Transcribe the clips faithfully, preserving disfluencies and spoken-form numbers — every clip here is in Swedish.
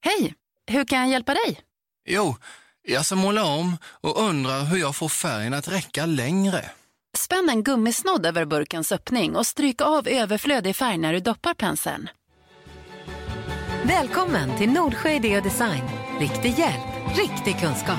Hej, hur kan jag hjälpa dig? Jo, jag ska måla om och undrar hur jag får färgen att räcka längre. Spänn en gummisnodd över burkens öppning och stryk av överflödig färg när du doppar penseln. Välkommen till Nordsjö Idé och Design. Riktig hjälp, riktig kunskap.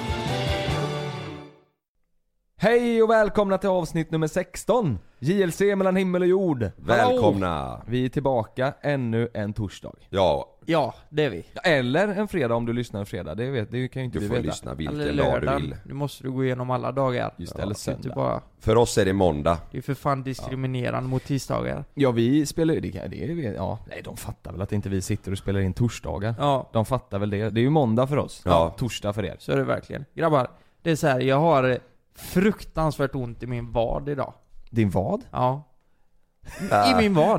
Hej och välkomna till avsnitt nummer sexton. J L C mellan himmel och jord. Välkomna. Hallå! Vi är tillbaka ännu en torsdag. Ja, Ja, det är vi. Eller en fredag om du lyssnar en fredag. Det, vet, det kan ju inte du vi får veta. lyssna vilken Eller dag du lördag. vill. Nu måste du gå igenom alla dagar. Just det, eller Det är inte söndag. bara, För oss är det måndag. det är för fan diskriminerande mot tisdagar. Ja, vi spelar ju det, kan- det är, ja, nej, de fattar väl att inte vi sitter och spelar in torsdagar. Ja, De fattar väl det. Det är ju måndag för oss. Ja. Torsdag för er. så är det verkligen. Grabbar, det är så här, jag har fruktansvärt ont i min vad idag. Din vad? Ja. Ah. I min vad.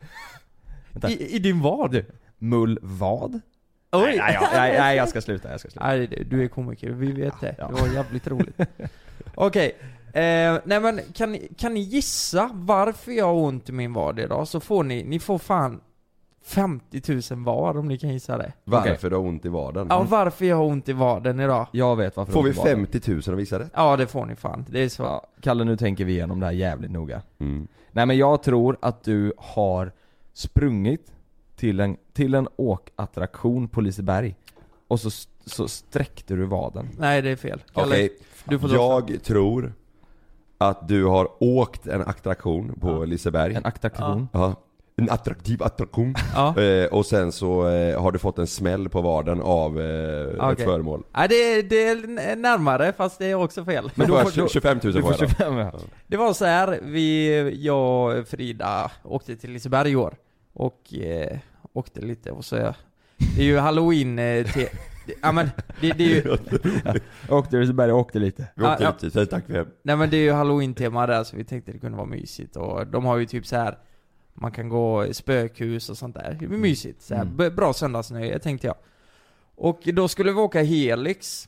Vänta. I, I din vad? Du, mull vad? Oj! Nej, nej, nej, nej, jag ska sluta, jag ska sluta. Nej, det- du är komiker, vi vet det. Ja. Det var jävligt roligt. Okej, eh, nej men kan, ni- kan ni gissa varför jag har ont i min vad idag? Så får ni, ni får fan femtio tusen var om ni kan gissa det. Varför Okej. du har ont i vaden? Ja, varför jag har ont i vaden idag? Jag vet varför. Får du vi inte var det. femtio tusen och visa det? Ja, det får ni fan. Det är så. Ja, Kalle, nu tänker vi igenom det här jävligt noga. Mm. Nej, men jag tror att du har sprungit till en, till en åkattraktion på Liseberg. Och så, så sträckte du vaden. Nej, det är fel. Kalle, Okej, du får dra jag tror att du har åkt en attraktion på Ja. Liseberg. En attraktion. Ja. En attraktiv attraktion. Ja. Eh, och sen så eh, har du fått en smäll på vaden av eh, ett Okej. föremål. Nej, det är, det är n- närmare, fast det är också fel. Men då då får- får tjugofem tusen Du får får jag då. tjugofem, ja. Det var så här, vi, jag och Frida åkte till Liseberg i år. Och eh, åkte lite och så, det är ju halloween eh, till, det, ja men, det, det är ju, Jag åkte till Liseberg och åkte lite. Vi åkte Ja, ut, säg tack för hem. nej men det är ju halloween-tema där, så vi tänkte det kunde vara mysigt. Och de har ju typ så här, man kan gå i spökhus och sånt där. Det är mysigt, så här, Mm. b- bra söndagsnöje tänkte jag. Och då skulle vi åka Helix.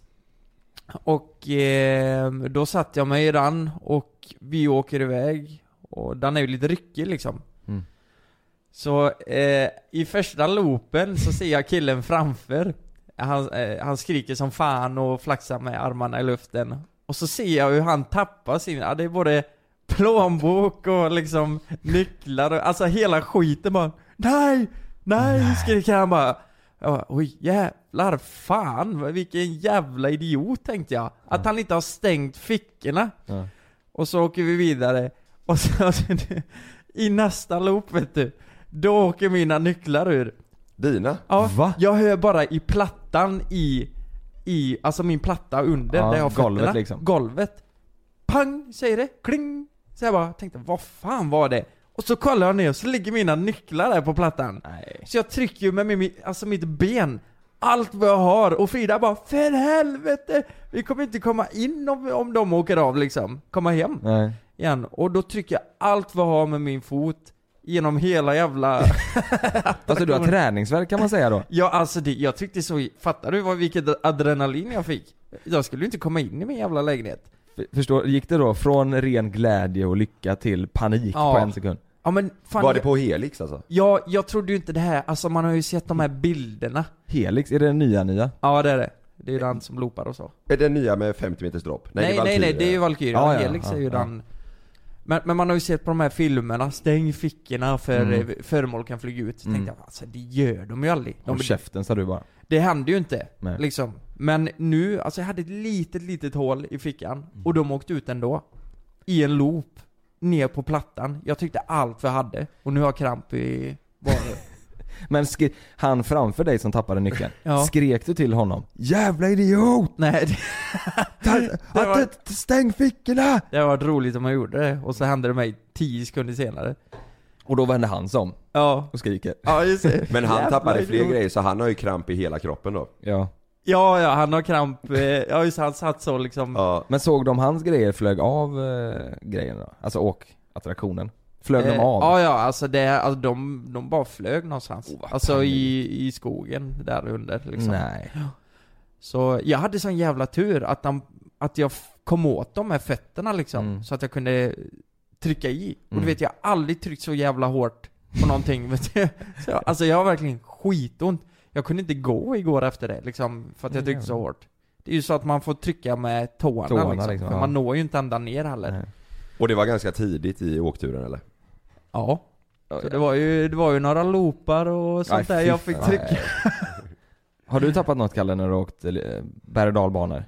Och eh, då satt jag mig i den och vi åker iväg. Och den är ju lite ryckig liksom. Mm. Så eh, i första loopen så ser jag killen framför. Han, eh, han skriker som fan och flaxar med armarna i luften. Och så ser jag hur han tappar sin, ja, det är både plånbok och liksom nycklar och, alltså hela skiten bara. Nej, nej, skriker han bara. Jag bara, oj jävlar, fan, vilken jävla idiot tänkte jag. Att han inte har stängt fickorna. Ja. Och så åker vi vidare. Och så i nästa loop, vet du, då åker mina nycklar ur. Dina? Ja, Va? jag hör bara i plattan i, i alltså min platta under, Ja, där jag har fötterna. golvet liksom. Golvet. Pang, säger det, kling. Så jag bara tänkte, vad fan var det? Och så kollar jag ner och så ligger mina nycklar där på plattan. Nej. Så jag trycker ju med min, alltså mitt ben, allt vad jag har. Och Frida bara, för helvete, vi kommer inte komma in om, om de åker av liksom. Komma hem Nej. igen. Och då trycker jag allt vad jag har med min fot genom hela jävla... Alltså du har träningsvärk kan man säga då. Ja, alltså det, jag tyckte så, fattar du vad, vilket adrenalin jag fick? Jag skulle ju inte komma in i min jävla lägenhet. F- Förstår, gick det då från ren glädje och lycka till panik Ja. på en sekund? Ja men fan, Var det på Helix alltså? jag, jag trodde ju inte det här, alltså man har ju sett de här bilderna. Helix, är det den nya nya? Ja det är det. Det är ju den som loopar och så. Är det nya med femtio meters dropp? Nej, det är nej, nej, Valkyria. det är ju Valkyria. Ja, ja, Helix ja, är ju ja. den. Men, men man har ju sett på de här filmerna, stäng fickorna för Mm. mm. föremål kan flyga ut. Så Mm. tänkte jag, alltså det gör de ju aldrig. De, Håll käften sa du bara. det händer ju inte, Nej. liksom. Men nu, alltså jag hade ett litet, litet hål i fickan. Och de åkte ut ändå. I en loop. Ner på plattan. Jag tyckte allt vi hade. Och nu har jag kramp i varje. Men skri- han framför dig som tappade nyckeln, Ja. skrek du till honom? Jävla idiot! Nej, det, Ta, Det var- att, stäng fickorna! det har varit roligt om jag gjorde det. Och så hände det mig tio sekunder senare. Och då vände han sig om Ja. och skriker. Ja, just det. Men han Jävla tappade fler idiot. grejer så han har ju kramp i hela kroppen då. Ja. Ja, ja, han har kramp. eh, Ja, just det, han satt så liksom. Ja. Men såg de hans grejer flög av eh, grejerna då? Alltså åkattraktionen? Flög de Eh, av? Ja, ja, alltså, det, alltså de, de bara flög någonstans. Oh, vad alltså panik. i, i skogen där under liksom. Nej. Så jag hade sån jävla tur att, de, att jag f- kom åt dem med fötterna liksom. Mm. Så att jag kunde trycka i. Och Mm. du vet, jag har aldrig tryckt så jävla hårt på någonting. Vet du? Så jag, alltså jag har verkligen skitont. Jag kunde inte gå igår efter det liksom, för att jag tryckte så hårt. Det är ju så att man får trycka med tårna, Tårna, liksom, liksom, för ja. man når ju inte ända ner heller. Nej. Och det var ganska tidigt i åkturen eller? Ja. Så det var ju, det var ju några loopar och sånt Aj, där fy jag fick fan. trycka. Har du tappat något, Kalle, när du åkt eh, berg- och dalbanor?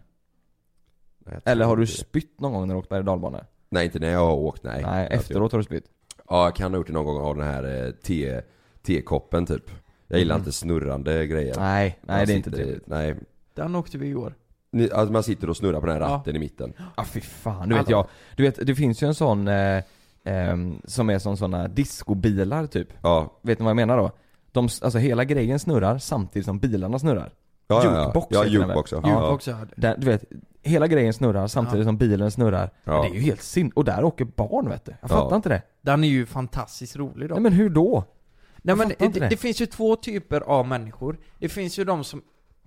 Eller har du spytt någon gång när du åkt berg- och dalbanor? Nej, inte när jag har åkt, nej. Nej, efteråt har du spytt. Ja, jag kan ha gjort det någon gång av den här eh, te, tekoppen typ. Jag gillar Mm. inte snurrande grejer. Nej, nej Man det är inte sitter i- trevligt. Nej. Den åkte vi igår. Ni, alltså man sitter och snurrar på den här Ja. ratten i mitten. Ah, fy fan, du vet jag, du vet, det finns ju en sån eh, eh, som är som såna discobilar typ. Ja. Vet ni vad jag menar då? De, alltså hela grejen snurrar samtidigt som bilarna snurrar. Ja, ja, ja. Jukebox Ja, heter den väl? jukebox, ja. Ja. Jukebox, ja. Där, du vet, hela grejen snurrar samtidigt Ja. som bilen snurrar. Ja. Det är ju helt sin. Och där åker barn, vet du. Jag fattar Ja. inte det. Den är ju fantastiskt rolig då. Nej men hur då? Nej jag men fattar inte det, det. det finns ju två typer av människor. Det finns ju de som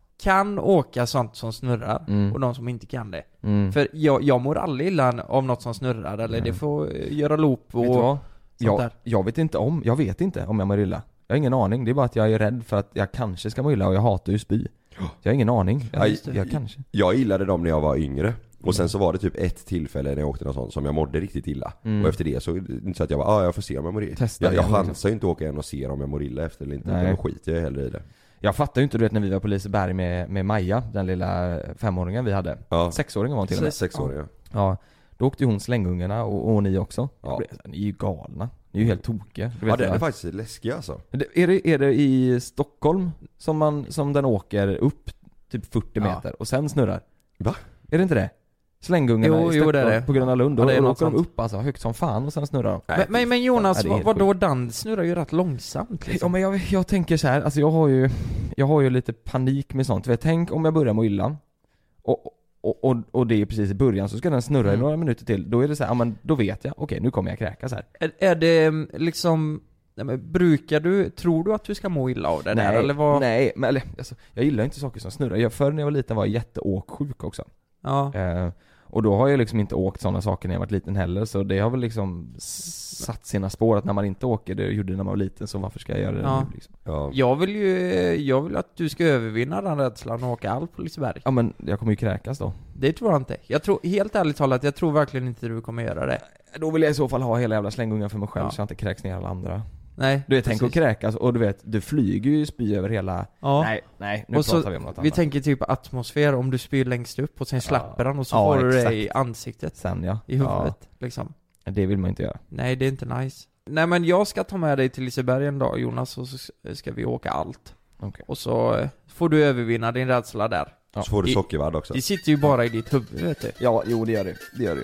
kan åka sånt som snurrar Mm. och de som inte kan det. Mm. För jag, jag mår aldrig illa av något som snurrar eller det får eh, göra loop och Vet du vad? sånt Jag, där. jag vet inte om, jag vet inte om jag mår illa. Jag har ingen aning, det är bara att jag är rädd för att jag kanske ska må illa och jag hatar ju spy. Så jag har ingen aning. Jag, Ja, jag, jag kanske. Jag gillade dem när jag var yngre. Och sen så var det typ ett tillfälle när jag åkte något sånt som jag mådde riktigt illa. Mm. Och efter det så, inte så att jag bara, ah, jag får se om jag mår illa. Testa Jag, jag igen, liksom. chansar ju inte att åka igen och se om jag mår illa efter eller inte. Nej. Då skiter jag hellre i det. Jag fattar ju inte, du vet när vi var på Liseberg med, med Maja, den lilla femåringen vi hade. Ja. Sexåringen var hon till och med. Sex år, ja. Ja, då åkte ju hon slängungarna och, och ni också. Ja. Jag blev så här, ni är ju galna. Ni är ju helt tokiga. Du vet Ja, det vad? är faktiskt läskigt alltså. Det- Är det, är det i Stockholm som, man, som den åker upp typ fyrtio Ja. meter och sen snurrar? Va? Är det inte det? Slängungarna Jo, i jo, Stockholm det är det. på Gröna Lund, Ja, och det är då något åker de sånt. upp alltså högt som fan och sen snurrar de. Men, men, men Jonas, Ja, det är vad, helt vadå, den snurrar ju rätt långsamt liksom. Ja men jag, jag tänker så här, alltså jag har ju Jag har ju lite panik med sånt. Vet, tänk om jag börjar må illa och, och, och, och det är precis i början, så ska den snurra Mm. i några minuter till. Då är det så här, ja men då vet jag, okej nu kommer jag kräkas här. Är, är det mm, liksom, nej, men brukar du, tror du att du ska må illa av det där eller vad? nej, men eller, alltså, jag gillar inte saker som snurrar. Jag, förr när jag var liten var jag jätteåksjuk också. Ja. Eh, och då har jag liksom inte åkt sådana saker när jag varit liten heller, så det har väl liksom satt sina spår att när man inte åker, det gjorde det när man var liten, så varför ska jag göra det Ja. nu liksom? Ja. Jag vill ju, jag vill att du ska övervinna den rädslan och åka allt på Liseberg. Ja men jag kommer ju kräkas då. Det tror jag inte. Jag tror, helt ärligt talat, jag tror verkligen inte du kommer göra det. Då vill jag i så fall ha hela jävla slängungan för mig själv, Ja. så jag inte kräks ner alla andra. Nej. Du vet, tänk att precis. kräkas och du vet, du flyger ju spy över hela... Ja. Nej, nej, nu Och pratar så, vi om något vi annat. tänker typ atmosfär, om du spyr längst upp och sen släpper den och så Ja, får du det exakt. i ansiktet, Sen ja. i huvudet, liksom. Ja, det vill man inte göra. Nej, det är inte nice. Nej men jag ska ta med dig till Liseberg en dag, Jonas, och så ska vi åka allt. Okej. Och så eh, får du övervinna din rädsla där. Ja. Så får du I- sockervadd också. Det sitter ju bara i ditt huvud, vet du. Ja, jo det gör det. Det gör det.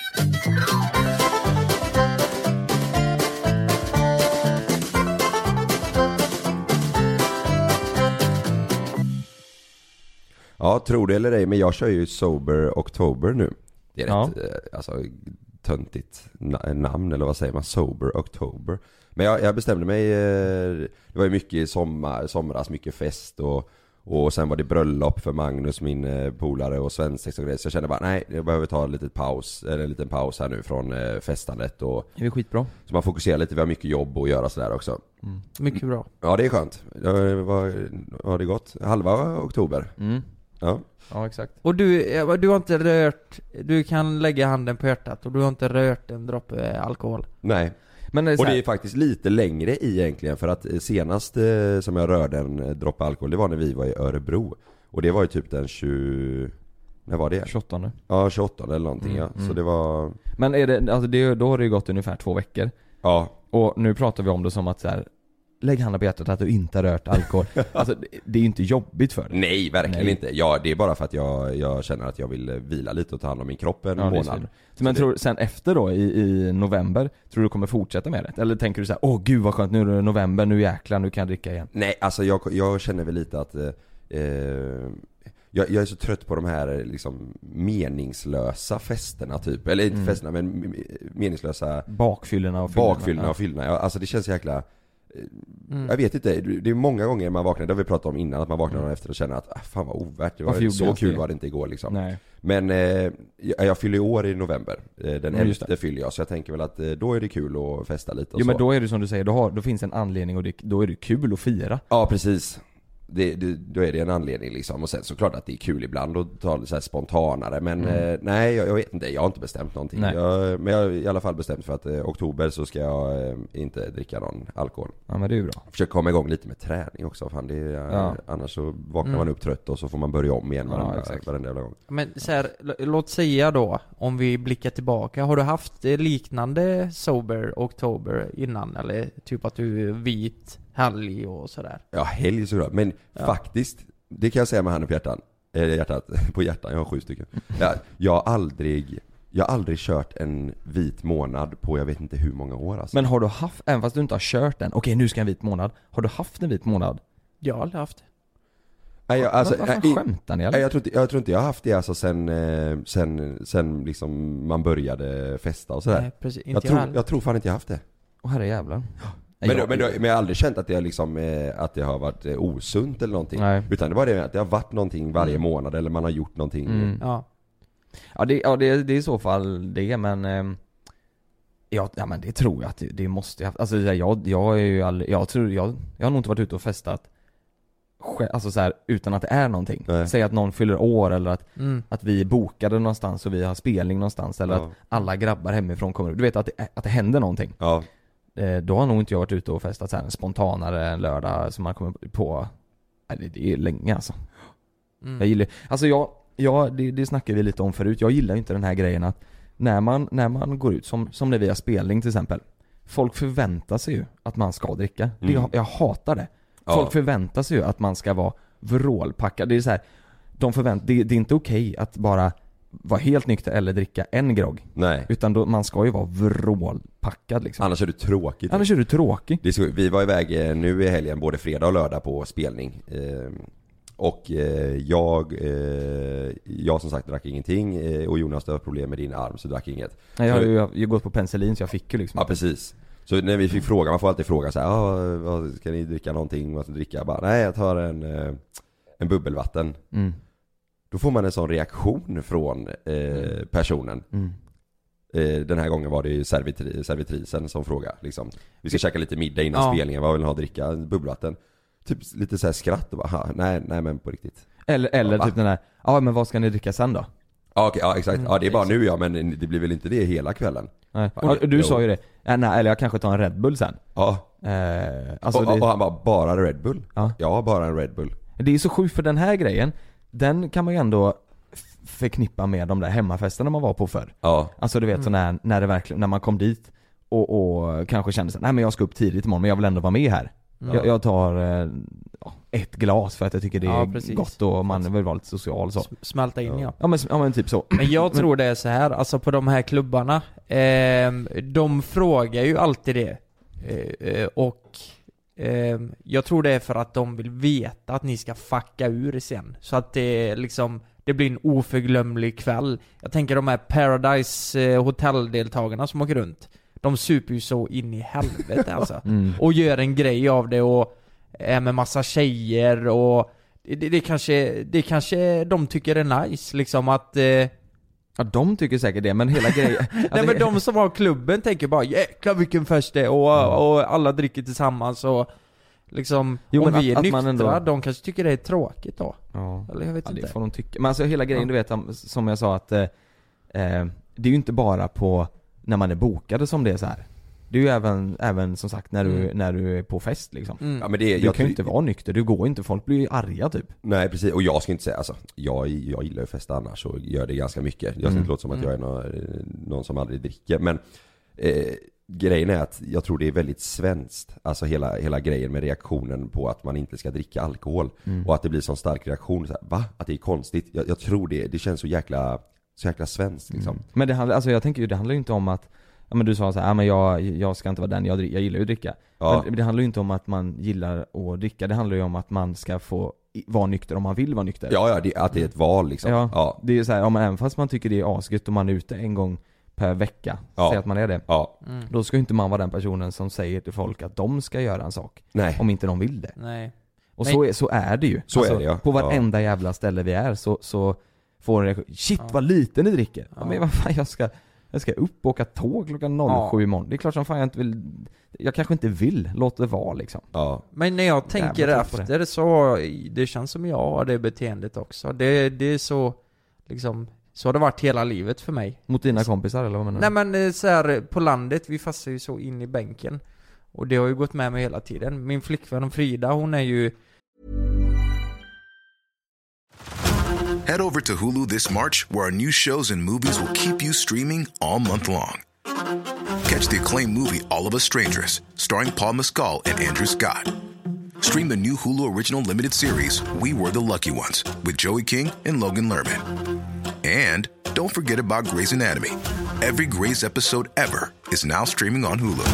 Ja, tror det eller ej, men jag kör ju Sober October nu. Det är Ja. rätt, eh, alltså, töntigt na- namn, eller vad säger man? Sober October. Men jag, jag bestämde mig, eh, det var ju mycket i sommar, somras, mycket fest och, och sen var det bröllop för Magnus, min eh, polare, och svensex och grejer. Så jag kände bara, nej, jag behöver ta en liten paus, eller en liten paus här nu från eh, festandet. Och, Det är skitbra. så man fokuserar lite, vi har mycket jobb att göra sådär också. Mycket bra. Ja, det är skönt. Det var, har det gått? Halva oktober? Mm. Ja. Ja, exakt. Och du, eh, du har inte rört, du kan lägga handen på hjärtat och du har inte rört en droppe alkohol. Nej. Men det är så Och det här, är faktiskt lite längre i egentligen, för att senast eh, som jag rörde en eh, droppe alkohol, det var när vi var i Örebro. Och det var ju typ den tjugo... När var det? tjugoåtta. Ja, tjugoåtta eller någonting, Mm, ja. Så mm. det var... Men är det, alltså det, då har det ju gått ungefär två veckor. Ja. Och nu pratar vi om det som att så här, lägg handen på hjärtat att du inte har rört alkohol. Alltså det, det är ju inte jobbigt för dig. Nej, verkligen Nej. inte. Ja, det är bara för att jag, jag känner att jag vill eh, vila lite och ta hand om min kropp en Ja, det är månad. så. Men det- tror sen efter då i, i november, tror du kommer fortsätta med det? Eller tänker du så här, åh gud vad skönt, nu är det november, nu jäklar, nu kan jag dricka igen. Nej, alltså jag, jag känner väl lite att eh, eh, jag, jag är så trött på de här eh, liksom meningslösa festerna typ. Eller inte Mm. festerna, men m- meningslösa Bakfyllorna och fyllorna. bakfyllorna Ja. och fyllorna. Ja, alltså det känns jäkla... Mm. Jag vet inte, det är många gånger man vaknar, det har vi pratat om innan, att man vaknar dagen efter och känner att ah, fan vad ovärt, det var Varför gjorde så jag kul det? var det inte igår liksom. Nej. Men eh, jag, jag fyller i år i november, eh, den Ja, just elfte fyller jag, så jag tänker väl att eh, då är det kul att festa lite och Jo så. men då är det som du säger, då, har, då finns en anledning och det, då är det kul att fira. Ja, precis. det, det, då är det en anledning liksom. Och sen såklart att det är kul ibland att ta det så här spontanare. Men Mm. eh, nej, jag, jag vet inte. Jag har inte bestämt någonting. Nej. Jag, men jag har i alla fall bestämt för att eh, oktober så ska jag eh, inte dricka någon alkohol. Ja, men det är ju bra. Försöka komma igång lite med träning också. Fan, det är, Ja. Annars så vaknar Mm. man upp trött och så får man börja om igen Ja, varenda, exakt. varenda jävla gång. Men så här, l- låt säga då, om vi blickar tillbaka, har du haft eh, liknande sober oktober innan? Eller typ att du är vit, helg och sådär? Ja, helg såklart. Men Ja. faktiskt, det kan jag säga med handen på hjärtan. Äh, hjärtat, på hjärtan, jag har sju stycken. Ja, jag har aldrig, jag har aldrig kört en vit månad på jag vet inte hur många år alltså. Men har du haft, även fast du inte har kört den, okej nu ska jag en vit månad. Har du haft en vit månad? Jag har aldrig haft det. Nej, jag, alltså, Vad fan nej, skämtar ni nej, eller? jag, tror inte, jag tror inte jag har haft det alltså sen, eh, sen, sen liksom man började festa och sådär. Nej, precis. Inte jag, jag, tror, heller. jag tror fan inte jag haft det. Åh herre jävlar. Men, jag, då, men, då, men jag har aldrig känt att det, liksom, eh, att det har varit eh, osunt eller någonting. Nej. Utan det var det att det har varit någonting varje Mm. månad eller man har gjort någonting. Mm. Ja. Ja, det, ja det, det är i så fall det, men ehm, ja, ja men det tror jag att det, det måste jag, alltså jag, jag är ju aldrig, jag tror, jag, jag har nog inte varit ute och festat sj- alltså så här, utan att det är någonting. Nej. Säg att någon fyller år eller att, Mm. att vi är bokade någonstans och vi har spelning någonstans eller Ja. att alla grabbar hemifrån kommer, du vet att det, att det händer någonting. Ja. Eh, då har nog inte jag varit ute och festat så här en spontanare en lördag som man kommer på, nej, det, det är länge alltså. Mm. Jag gillar, alltså jag, jag det, det snackade vi lite om förut. Jag gillar ju inte den här grejen att när man, när man går ut, som, som när vi har spelning till exempel. Folk förväntar sig ju att man ska dricka. Det, Mm. jag, jag hatar det. Ja. Folk förväntar sig ju att man ska vara vrålpackad. Det är så här, de förvänt, det, det är inte okej att bara vara helt nykter eller dricka en grogg. Nej. Utan då, man ska ju vara vrålpackad liksom. Annars är det tråkigt. Annars är du tråkig. Det är så, vi var iväg eh, nu i helgen både fredag och lördag på spelning. Eh, och eh, jag, eh, jag som sagt drack ingenting eh, och Jonas, du har problem med din arm så drack inget. Nej, jag har Så- ju jag, har ju gått på penicillin så jag fick ju liksom. Ja, precis. Så när vi fick fråga, man får alltid fråga så här, ah, vad, ska ni dricka någonting? Vad ska ni dricka? Jag bara, nej, jag tar en, eh, en bubbelvatten. Mm. Då får man en sån reaktion från eh, personen. Mm. Eh, den här gången var det ju servitri- servitrisen som frågade liksom. Vi ska käka lite middag innan Ja. spelningen, vad vill ni ha att dricka? Bubbelvatten. Typ lite så här skratt och bara, "Ha, nej, nej men på riktigt. Eller, eller Va? typ den där, ja men vad ska ni dricka sen då? Ja, okej, ja exakt, Mm, ja det är bara exakt. nu ja, men det blir väl inte det hela kvällen. Nej. Ja, Och du jo. sa ju det, ja, nej, eller jag kanske tar en Red Bull sen. Ja, Eh, alltså och, det, och han bara, bara Red Bull? Ja. Ja, bara en Red Bull. det är så sjukt för den här grejen, den kan man ju ändå f- förknippa med de där hemmafesterna man var på förr. Ja, Alltså du vet Mm. så när, när det verkligen, när man kom dit och, och kanske kände så nej men jag ska upp tidigt imorgon men jag vill ändå vara med här. Mm. Jag, jag tar eh, ja, ett glas för att jag tycker det är Ja, precis. gott och man vill vara lite social så. S- Smälta in, ja. Ja men, ja men typ så. Men jag tror det är så här, alltså på de här klubbarna, ehm, de frågar ju alltid det. Eh, eh, och ehm, jag tror det är för att de vill veta att ni ska fucka ur sen. Så att det liksom, det blir en oförglömlig kväll. Jag tänker de här Paradise eh, hotelldeltagarna som åker runt. De super ju så in i helvete alltså. Mm. Och gör en grej av det och är med massa tjejer och det, det, det kanske, det kanske de tycker är nice liksom att eh, Ja de tycker säkert det men hela grejen nej alltså, men de som har klubben tänker bara jäklar vilken fest det är och, Ja. och alla dricker tillsammans och liksom Jo, om men vi att- är att man nyktra, ändå- de kanske tycker det är tråkigt då. Ja. Eller jag vet Ja, det inte. får de tycka. Men alltså hela grejen Ja. du vet om- som jag sa att eh, eh, det är ju inte bara på när man är bokade som det är så här. Det är ju även, även som sagt när du, Mm. när du är på fest liksom. Mm. ja men det, Du jag kan ju tror- inte vara nykter, du går inte, folk blir ju arga typ. Nej precis, och jag ska inte säga alltså, jag, jag gillar ju att festa annars och gör det ganska mycket. Jag ska Mm. inte låta som att Mm. jag är någon, någon som aldrig dricker. Men eh, grejen är att jag tror det är väldigt svenskt. Alltså hela, hela grejen med reaktionen på att man inte ska dricka alkohol. Mm. Och att det blir sån stark reaktion, så här, va? Att det är konstigt. Jag, jag tror det, det känns så jäkla, så jäkla svenskt liksom. Mm. Men det handlar, alltså jag tänker ju, det handlar ju inte om att ja men du sa så här, ja men jag, jag ska inte vara den, jag, drick- jag gillar ju att dricka. Ja. Men det handlar ju inte om att man gillar att dricka, det handlar ju om att man ska få i- vara nykter om man vill vara nykter. Ja, ja det, att det är ett val liksom. Ja. Ja. Det är ju så här, ja men även fast man tycker det är asgött om man är ute en gång per vecka, Ja. säg att man är det. Ja. Mm. Då ska ju inte man vara den personen som säger till folk att de ska göra en sak, Nej. om inte de vill det. Nej. Och Nej. så är, så är det ju. Alltså, Så är det, ja. På varenda jävla ställe vi är så, så får en reaktion, shit Ja. vad lite ni dricker. Ja. Ja. Men vad fan jag ska, Jag ska upp och åka tåg klockan noll sju Ja. imorgon. Det är klart som fan jag inte vill. Jag kanske inte vill. Låt det vara liksom. Ja. Men när jag tänker Jävla trött på efter så, det känns som jag har det beteendet också. Det, det är så, liksom, så har det varit hela livet för mig. Mot dina kompisar eller vad menar du? Nej men eh, så här, på landet, vi fastnar ju så in i bänken. Och det har ju gått med mig hela tiden. Min flickvän Frida, hon är ju... Head over to Hulu this March, where our new shows and movies will keep you streaming all month long. Catch the acclaimed movie All of Us Strangers, starring Paul Mescal and Andrew Scott. Stream the new Hulu original limited series We Were the Lucky Ones with Joey King and Logan Lerman. And don't forget about Grey's Anatomy. Every Grey's episode ever is now streaming on Hulu.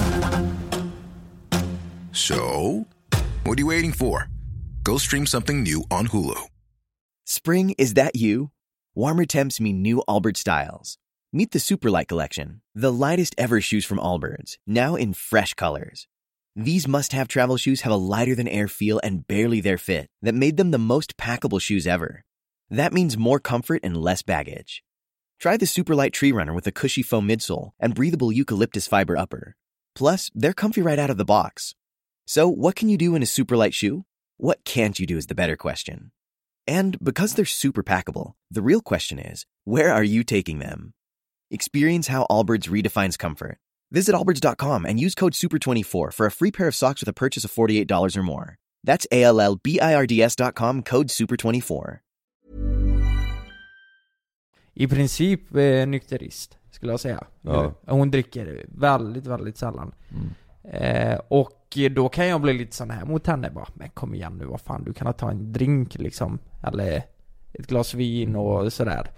So, what are you waiting for? Go stream something new on Hulu. Spring, is that you? Warmer temps mean new Allbirds styles. Meet the Superlight Collection, the lightest ever shoes from Allbirds, now in fresh colors. These must-have travel shoes have a lighter-than-air feel and barely their fit that made them the most packable shoes ever. That means more comfort and less baggage. Try the Superlight Tree Runner with a cushy foam midsole and breathable eucalyptus fiber upper. Plus, they're comfy right out of the box. So, what can you do in a Superlight shoe? What can't you do is the better question. And because they're super packable, the real question is, where are you taking them? Experience how Allbirds redefines comfort. Visit allbirds dot com and use code super twenty-four for a free pair of socks with a purchase of forty-eight dollars or more. That's A L L B I R D S dot com, code super twenty-four. I princip eh, nykterist, skulle jag säga. Ja. Hon dricker väldigt, väldigt sällan. Mm. Eh, och då kan jag bli lite sån här mot henne. Bara, men kom igen nu, vad fan, du kan ta en drink liksom. Eller ett glas vin och sådär.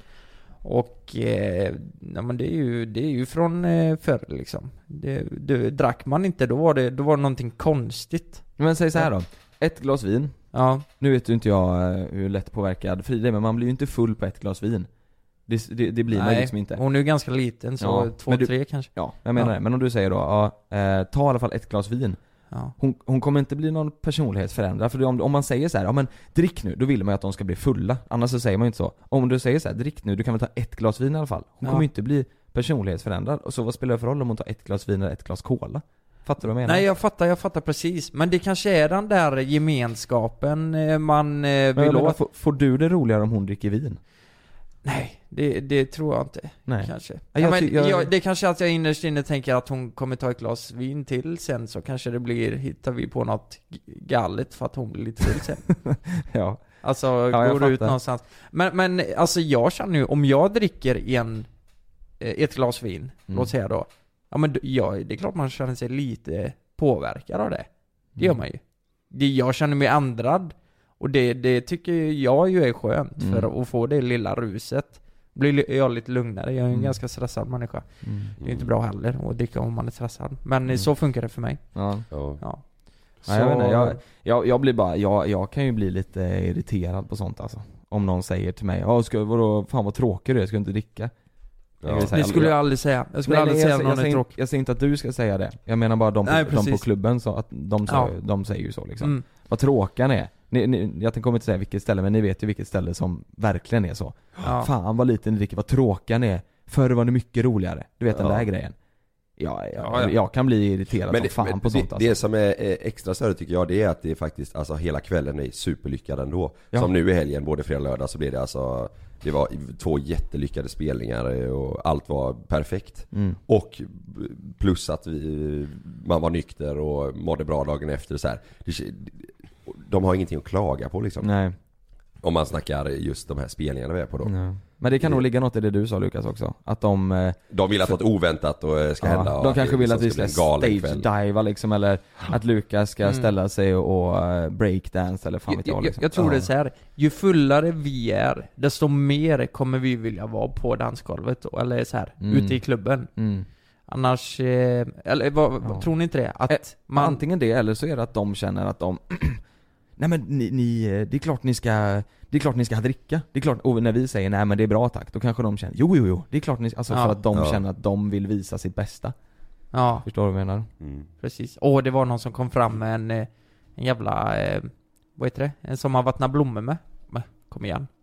Och eh, ja, men det är ju, det är ju från eh, förr liksom. Det, det, drack man inte, då var det, då var det någonting konstigt. Men säg så här då. Ett glas vin. Ja. Nu vet ju inte jag eh, hur lätt påverkad Frida är, men man blir ju inte full på ett glas vin. Det, det, det blir man Nej, liksom inte. hon är ju ganska liten, så Ja, två, men du- tre kanske. Ja, jag menar Ja. det. Men om du säger då, ja, eh, ta i alla fall ett glas vin. Ja. Hon, hon kommer inte bli någon personlighetsförändrad. För om, om man säger så här, ja men drick nu, då vill man ju att de ska bli fulla. Annars så säger man ju inte så. Om du säger så här, drick nu, du kan väl ta ett glas vin i alla fall. Hon Ja. kommer ju inte bli personlighetsförändrad. Och så vad spelar det för roll om hon tar ett glas vin eller ett glas cola? Fattar du vad jag menar? Nej, jag fattar, jag fattar precis. Men det kanske är den där gemenskapen eh, man eh, Men vill jag menar, åt. får, får du det roligare om hon dricker vin? Nej, det, det tror jag inte. Nej. Kanske. Ja, Ja, jag men ty- jag- jag, det kanske är att jag innerst inne tänker att hon kommer ta ett glas vin till sen, så kanske det blir, hittar vi på något g- galet för att hon blir lite full sen. Ja. Alltså, Ja, jag går ut fattar. någonstans. Men, men alltså jag känner ju, om jag dricker en, eh, ett glas vin, Mm. låt säga då. Ja men d- ja, det är klart man känner sig lite påverkad av det. Det gör man ju. Det, jag känner mig ändrad. Och det, det tycker jag ju är skönt, Mm. för att få det lilla ruset. Blir li- jag lite lugnare. Jag är en Mm. ganska stressad människa. Mm. Det är inte bra heller att dricka om man är stressad. Men Mm. så funkar det för mig. Ja. Ja. Ja. Ja, jag, vet inte, jag, jag, jag blir bara, jag, jag kan ju bli lite irriterad på sånt alltså. Om någon säger till mig, ja ska vadå, fan vad tråkig du är, ska du inte dricka? Jag vill säga- Det skulle jag aldrig säga. Jag skulle Nej, aldrig nej, säga jag, att jag, någon är säger, tråkig. jag säger inte att du ska säga det. Jag menar bara de, Nej, på, de på precis. klubben så att de, Ja. säger, de säger ju så liksom. Mm. Vad tråkiga ni är. Ni, ni, jag kommer inte säga vilket ställe, men ni vet ju vilket ställe som verkligen är så. Ja. Fan vad liten ni dricker, vad tråkiga ni är. Förr var det mycket roligare. Du vet den Ja. där grejen. Ja, jag, Ja, ja. jag kan bli irriterad Men som det, fan men på det, sånt alltså. det som är eh, extra större tycker jag, det är att det är faktiskt, alltså hela kvällen är superlyckad ändå. Ja. Som nu i helgen, både fredag och lördag, så blir det alltså, det var två jättelyckade spelningar och allt var perfekt. Mm. Och plus att vi, man var nykter och mådde bra dagen efter så här. Det, de har ingenting att klaga på liksom. Nej. Om man snackar just de här spelningarna vi är på då. Nej. Men det kan nog ligga något i det du sa Lukas också. Att de... eh, De vill att något oväntat och ska Ja, hända. och de kanske det vill liksom att vi bli ska en galen kväll. stage-diva liksom, eller att Lukas ska Mm. ställa sig och uh, breakdance eller fan vet jag, jag, jag, liksom. jag tror Ja. det är så här. Ju fullare vi är, desto mer kommer vi vilja vara på dansgolvet då, eller så här, Mm. ute i klubben. Mm. Annars, eh, eller vad, Ja. vad tror ni inte det? Att Eh, man, Antingen det, eller så är det att de känner att de nej men ni, ni, det är klart ni ska det är klart ni ska dricka. Det är klart, och när vi säger nej men det är bra tack, då kanske de känner jo jo jo, det är klart ni, alltså Ja. för att de Ja. känner att de vill visa sitt bästa. ja, Förstår du vad jag menar? Mm. precis. Åh, det var någon som kom fram med en, eh, en jävla, eh, vad heter det? En som man vattnar blommor med. Men, kom igen.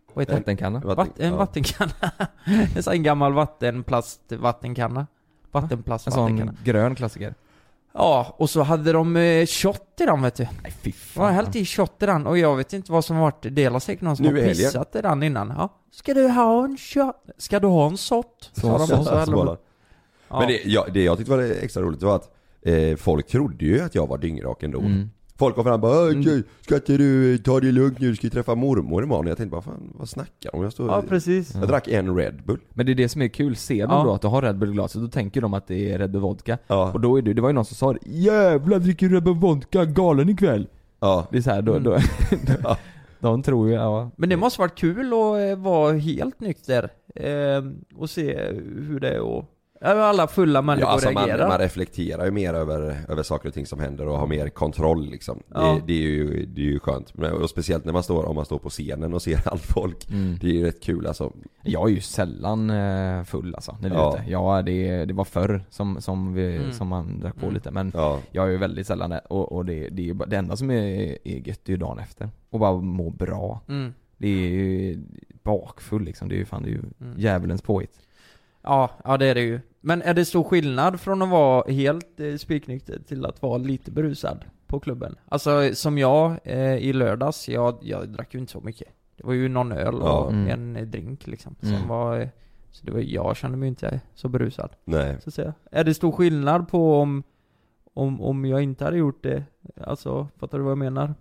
Vad heter det? Vattenkanna. Vatten, Vatt, en ja. vattenkanna. En sån gammal vattenplast-vattenkanna. Vattenplast-vattenkanna. En sån grön klassiker. Ja, och så hade de eh, shot i den, vet du. Nej fy De har fan. hällt i shot i den, och jag vet inte vad som har varit. Det är säkert någon som Nu har i helgen. pissat i den innan. Ja. Ska du ha en shot? Ska du ha en shot? Så- Sa de, så- och så hällde de- bara. Ja. Men det jag, det jag tyckte var extra roligt var att eh, folk trodde ju att jag var dyngrak ändå. Mm. Folk kom fram och bara mm. ska inte du ta det lugnt nu, du ska ju träffa mormor imorgon. Jag tänkte bara, fan, vad snackar de om? Jag, stod, Ja, precis. jag drack en Red Bull. Men det är det som är kul, ser de Ja. då att du har Red Bull i glaset, då tänker de att det är Red Bull vodka. Ja. Och då är det, det var ju någon som sa det, jävlar dricker du Red Bull vodka, galen ikväll. Ja. Det är så här, då, då, Ja. de tror ju, ja. Men det måste varit kul att eh, vara helt nykter eh, och se hur det är och hur alla fulla människor Ja, alltså man, reagerar. man reflekterar ju mer över, över saker och ting som händer och har mer kontroll liksom. Ja. Det, det, är ju, det är ju skönt. Men, och speciellt när man står, om man står på scenen och ser allt folk. Mm. Det är ju rätt kul alltså. Jag är ju sällan eh, full alltså, när vi är Ja. ute. Ja, det, det var förr som, som, vi, Mm. som man drack på Mm. lite, men Ja. jag är ju väldigt sällan det. Och, och det, det, är ju bara, det enda som är, är gött är ju dagen efter. Och bara må bra. Mm. Det är ju bakfull liksom, det är ju fan, det är ju Mm. djävulens påhitt. Ja, ja det är det ju. Men är det stor skillnad från att vara helt eh, spiknykter till att vara lite berusad på klubben? Alltså som jag eh, i lördags, jag, jag drack ju inte så mycket. Det var ju någon öl Ja. och Mm. en eh, drink liksom. Som Mm. var, eh, så det var, jag kände mig inte så berusad. Nej. Så att säga. Är det stor skillnad på om, om, om jag inte hade gjort det? Alltså, fattar du vad jag menar?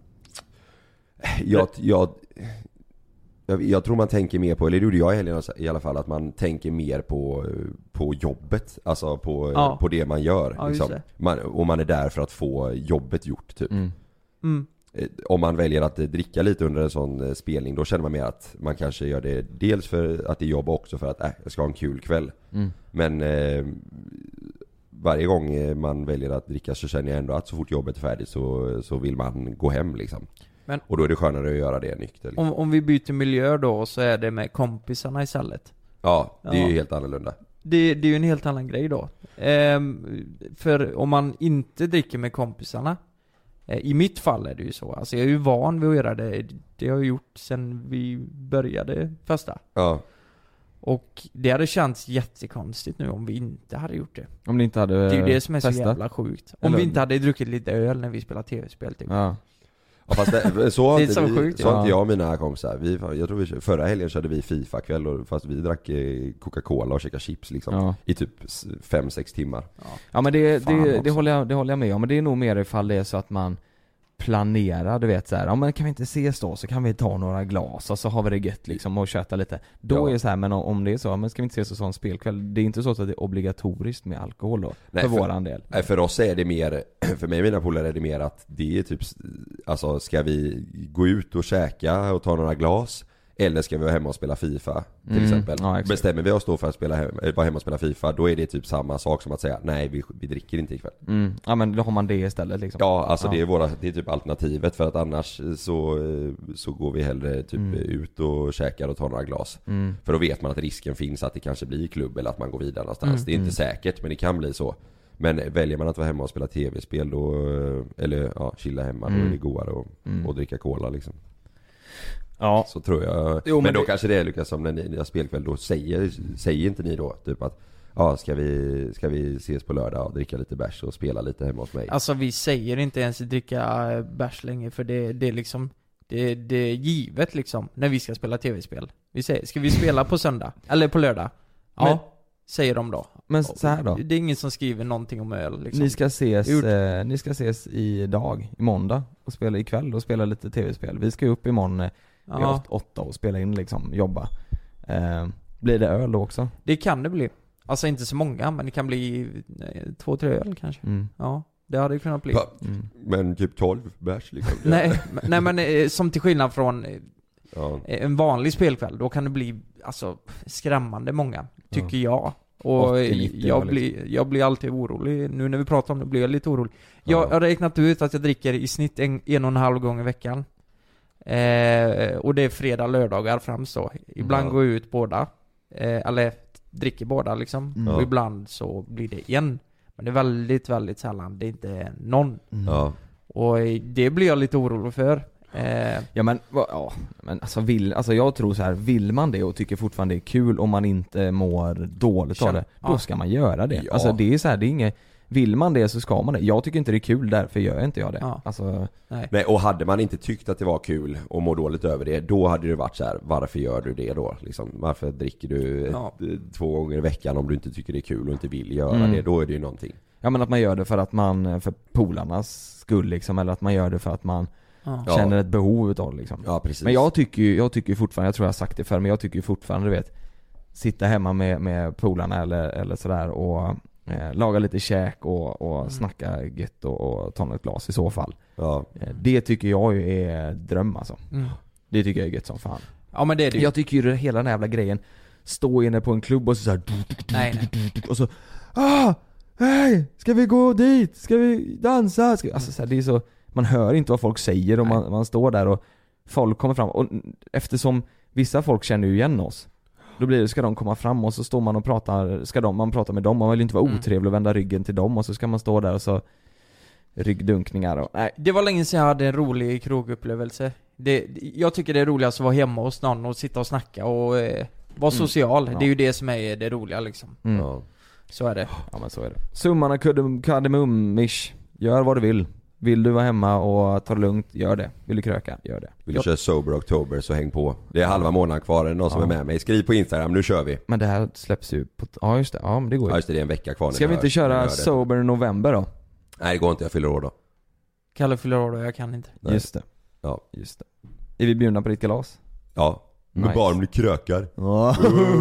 Jag, jag, jag, jag tror man tänker mer på, eller det gjorde jag i helgen i alla fall, att man tänker mer på, på jobbet. Alltså på, Ja. på det man gör. Ja, just liksom. det. Man, och man är där för att få jobbet gjort typ. Mm. Mm. Eh, Om man väljer att eh, dricka lite under en sån eh, spelning, då känner man mer att man kanske gör det dels för att det jobbar, också för att äh, jag ska ha en kul kväll. Mm. Men eh, varje gång eh, man väljer att dricka så känner jag ändå att så fort jobbet är färdigt så, så vill man gå hem liksom. Men- och då är det skönare att göra det nykter liksom. Om, om vi byter miljö då, så är det med kompisarna istället. Ja, det är Ja. ju helt annorlunda. Det, det är ju en helt annan grej då. Ehm, för om man inte dricker med kompisarna, eh, i mitt fall är det ju så. Alltså jag är ju van vid att göra det. Det har jag gjort sedan vi började festa. Ja. Och det hade känts jättekonstigt nu om vi inte hade gjort det. Om ni inte hade Det är ju det som är så testat. jävla sjukt. Om Eller- vi inte hade druckit lite öl när vi spelar tv-spel typ. Ja. Ja, fast det, så har Det är inte, så vi, sjukt, så har ja. inte jag och mina kompisar. Vi, jag tror vi, förra helgen körde vi FIFA-kväll, och, fast vi drack eh, Coca-Cola och käkade chips liksom. Ja. I typ fem sex timmar. Ja men det, Fan det, också. det, håller jag, det håller jag med om, men det är nog mer ifall det är så att man planerar, du vet så här, ja men kan vi inte ses då, så kan vi ta några glas och så har vi det gött liksom och köta lite. Då Ja. är det så här, men om- om det är så, men ska vi inte ses och så en spelkväll, det är inte så att det är obligatoriskt med alkohol då, Nej, för, för- våran del. Nej, för oss är det mer, för mig och mina polare är det mer att det är typ, alltså ska vi gå ut och käka och ta några glas? Eller ska vi vara hemma och spela FIFA till Mm, exempel? ja, exakt. Bestämmer vi oss då för att spela hem, vara hemma och spela FIFA, då är det typ samma sak som att säga nej, vi, vi dricker inte ikväll. Mm. Ja men då har man det istället liksom. Ja, alltså Ja. Det, är våra, det är typ alternativet, för att annars så, så går vi hellre typ Mm. ut och käkar och tar några glas. Mm. För då vet man att risken finns att det kanske blir klubb eller att man går vidare någonstans. Mm. Det är inte Mm. säkert, men det kan bli så. Men väljer man att vara hemma och spela tv-spel då, eller ja, chilla hemma, då Mm. är det godare och, Mm. och dricka cola liksom. Ja. Så tror jag. Jo, men, men då det- kanske det är Lukas, som när ni har spelkväll, då säger, säger inte ni då typ att ja, ska vi, ska vi ses på lördag och dricka lite bärs och spela lite hemma hos mig? Alltså vi säger inte ens dricka eh, bärs längre, för det, det är liksom det, det är givet liksom när vi ska spela tv-spel. Vi säger, ska vi spela på söndag? Eller på lördag? Ja, Men- säger de då. Men så här då. Det är ingen som skriver någonting om öl liksom. Ni ska ses, Gjort. eh, ni ska ses idag, i måndag, och spela ikväll och spela lite tv-spel. Vi ska ju upp imorgon eh, vid Ja, åt, åtta och spela in liksom, jobba. Eh, blir det öl då också? det kan det bli. Alltså inte så många, men det kan bli eh, två, tre öl kanske. Mm. Ja, det hade det kunnat bli. Va? Mm. Men typ tolv bärs liksom? Nej, men- nej men eh, som till skillnad från eh, Ja. en vanlig spelkväll, då kan det bli alltså skrämmande många, tycker jag. Och åttio nittio jag liksom. blir, jag blir alltid orolig. Nu när vi pratar om det blir jag lite orolig. Jag Ja. har räknat ut att jag dricker i snitt en, en och en halv gång i veckan. Eh, och det är fredag, lördagar främst då. Ibland Ja. går jag ut båda. Eh, eller dricker båda liksom. Mm. Och Ja. ibland så blir det en. Men det är väldigt, väldigt sällan. Det är inte någon. Mm. Ja. Och det blir jag lite orolig för. Eh, Ja men, va- ja, men alltså, vill, alltså jag tror så här, vill man det och tycker fortfarande det är kul om man inte mår dåligt av det, då Ja. ska man göra det. Ja. Alltså det är så här, det är inget, vill man det så ska man det. Jag tycker inte det är kul, därför gör inte jag det. Ja. Alltså, nej. Nej, och hade man inte tyckt att det var kul och mår dåligt över det, då hade det varit så här: varför gör du det då? Liksom, varför dricker du ett, Ja. två gånger i veckan om du inte tycker det är kul och inte vill göra Mm. det? Då är det ju någonting. ja men att man gör det för att man, för polarnas skull liksom, eller att man gör det för att man Ja. Ja. känner ett behov utav det liksom. Ja, precis. Men jag tycker ju, jag tycker ju fortfarande, jag tror jag har sagt det förr, men jag tycker ju fortfarande, du vet, sitta hemma med, med polarna eller, eller sådär och eh, laga lite käk och, och Mm. snacka gött och, och ta något glas i så fall. Ja. Eh, det tycker jag ju är dröm alltså. Mm. Det tycker jag är gött som fan. Ja men det är det ju. Jag tycker ju hela den här jävla grejen, stå inne på en klubb och så såhär Nej, nej. och så ah, hej, ska vi gå dit? Ska vi dansa? Ska, alltså så här, det är så, man hör inte vad folk säger och man, man står där och folk kommer fram och eftersom vissa folk känner ju igen oss, då blir det, ska de komma fram och så står man och pratar, ska de, man prata med dem, man vill inte vara Mm. otrevlig och vända ryggen till dem och så ska man stå där och så ryggdunkningar och nej. Det var länge sedan jag hade en rolig krogupplevelse. Det, jag tycker det är roligast att vara hemma hos någon och sitta och snacka och eh, vara social. Ja. Det är ju det som är det roliga liksom. Mm. Ja. Så är det. Ja men så är det. Summan av kardem- kardemum-ish. Gör vad du vill. Vill du vara hemma och ta det lugnt, gör det. Vill du kröka, gör det. Vill du köra Sober October så häng på. Det är halva månaden kvar, är det någon som Ja. är med mig? Skriv på Instagram, nu kör vi. Men det här släpps ju på... Ja just det, ja men det går Ja ju. just det, det är en vecka kvar. Ska när vi jag- inte när jag köra gör det. Sober november då? Nej det går inte, jag fyller år då. Kalle fyller år och jag kan inte. Nej. Just det. Ja. Just det. Är vi bjudna på ditt kalas? Ja. Men Nice. bara om du krökar. Ja.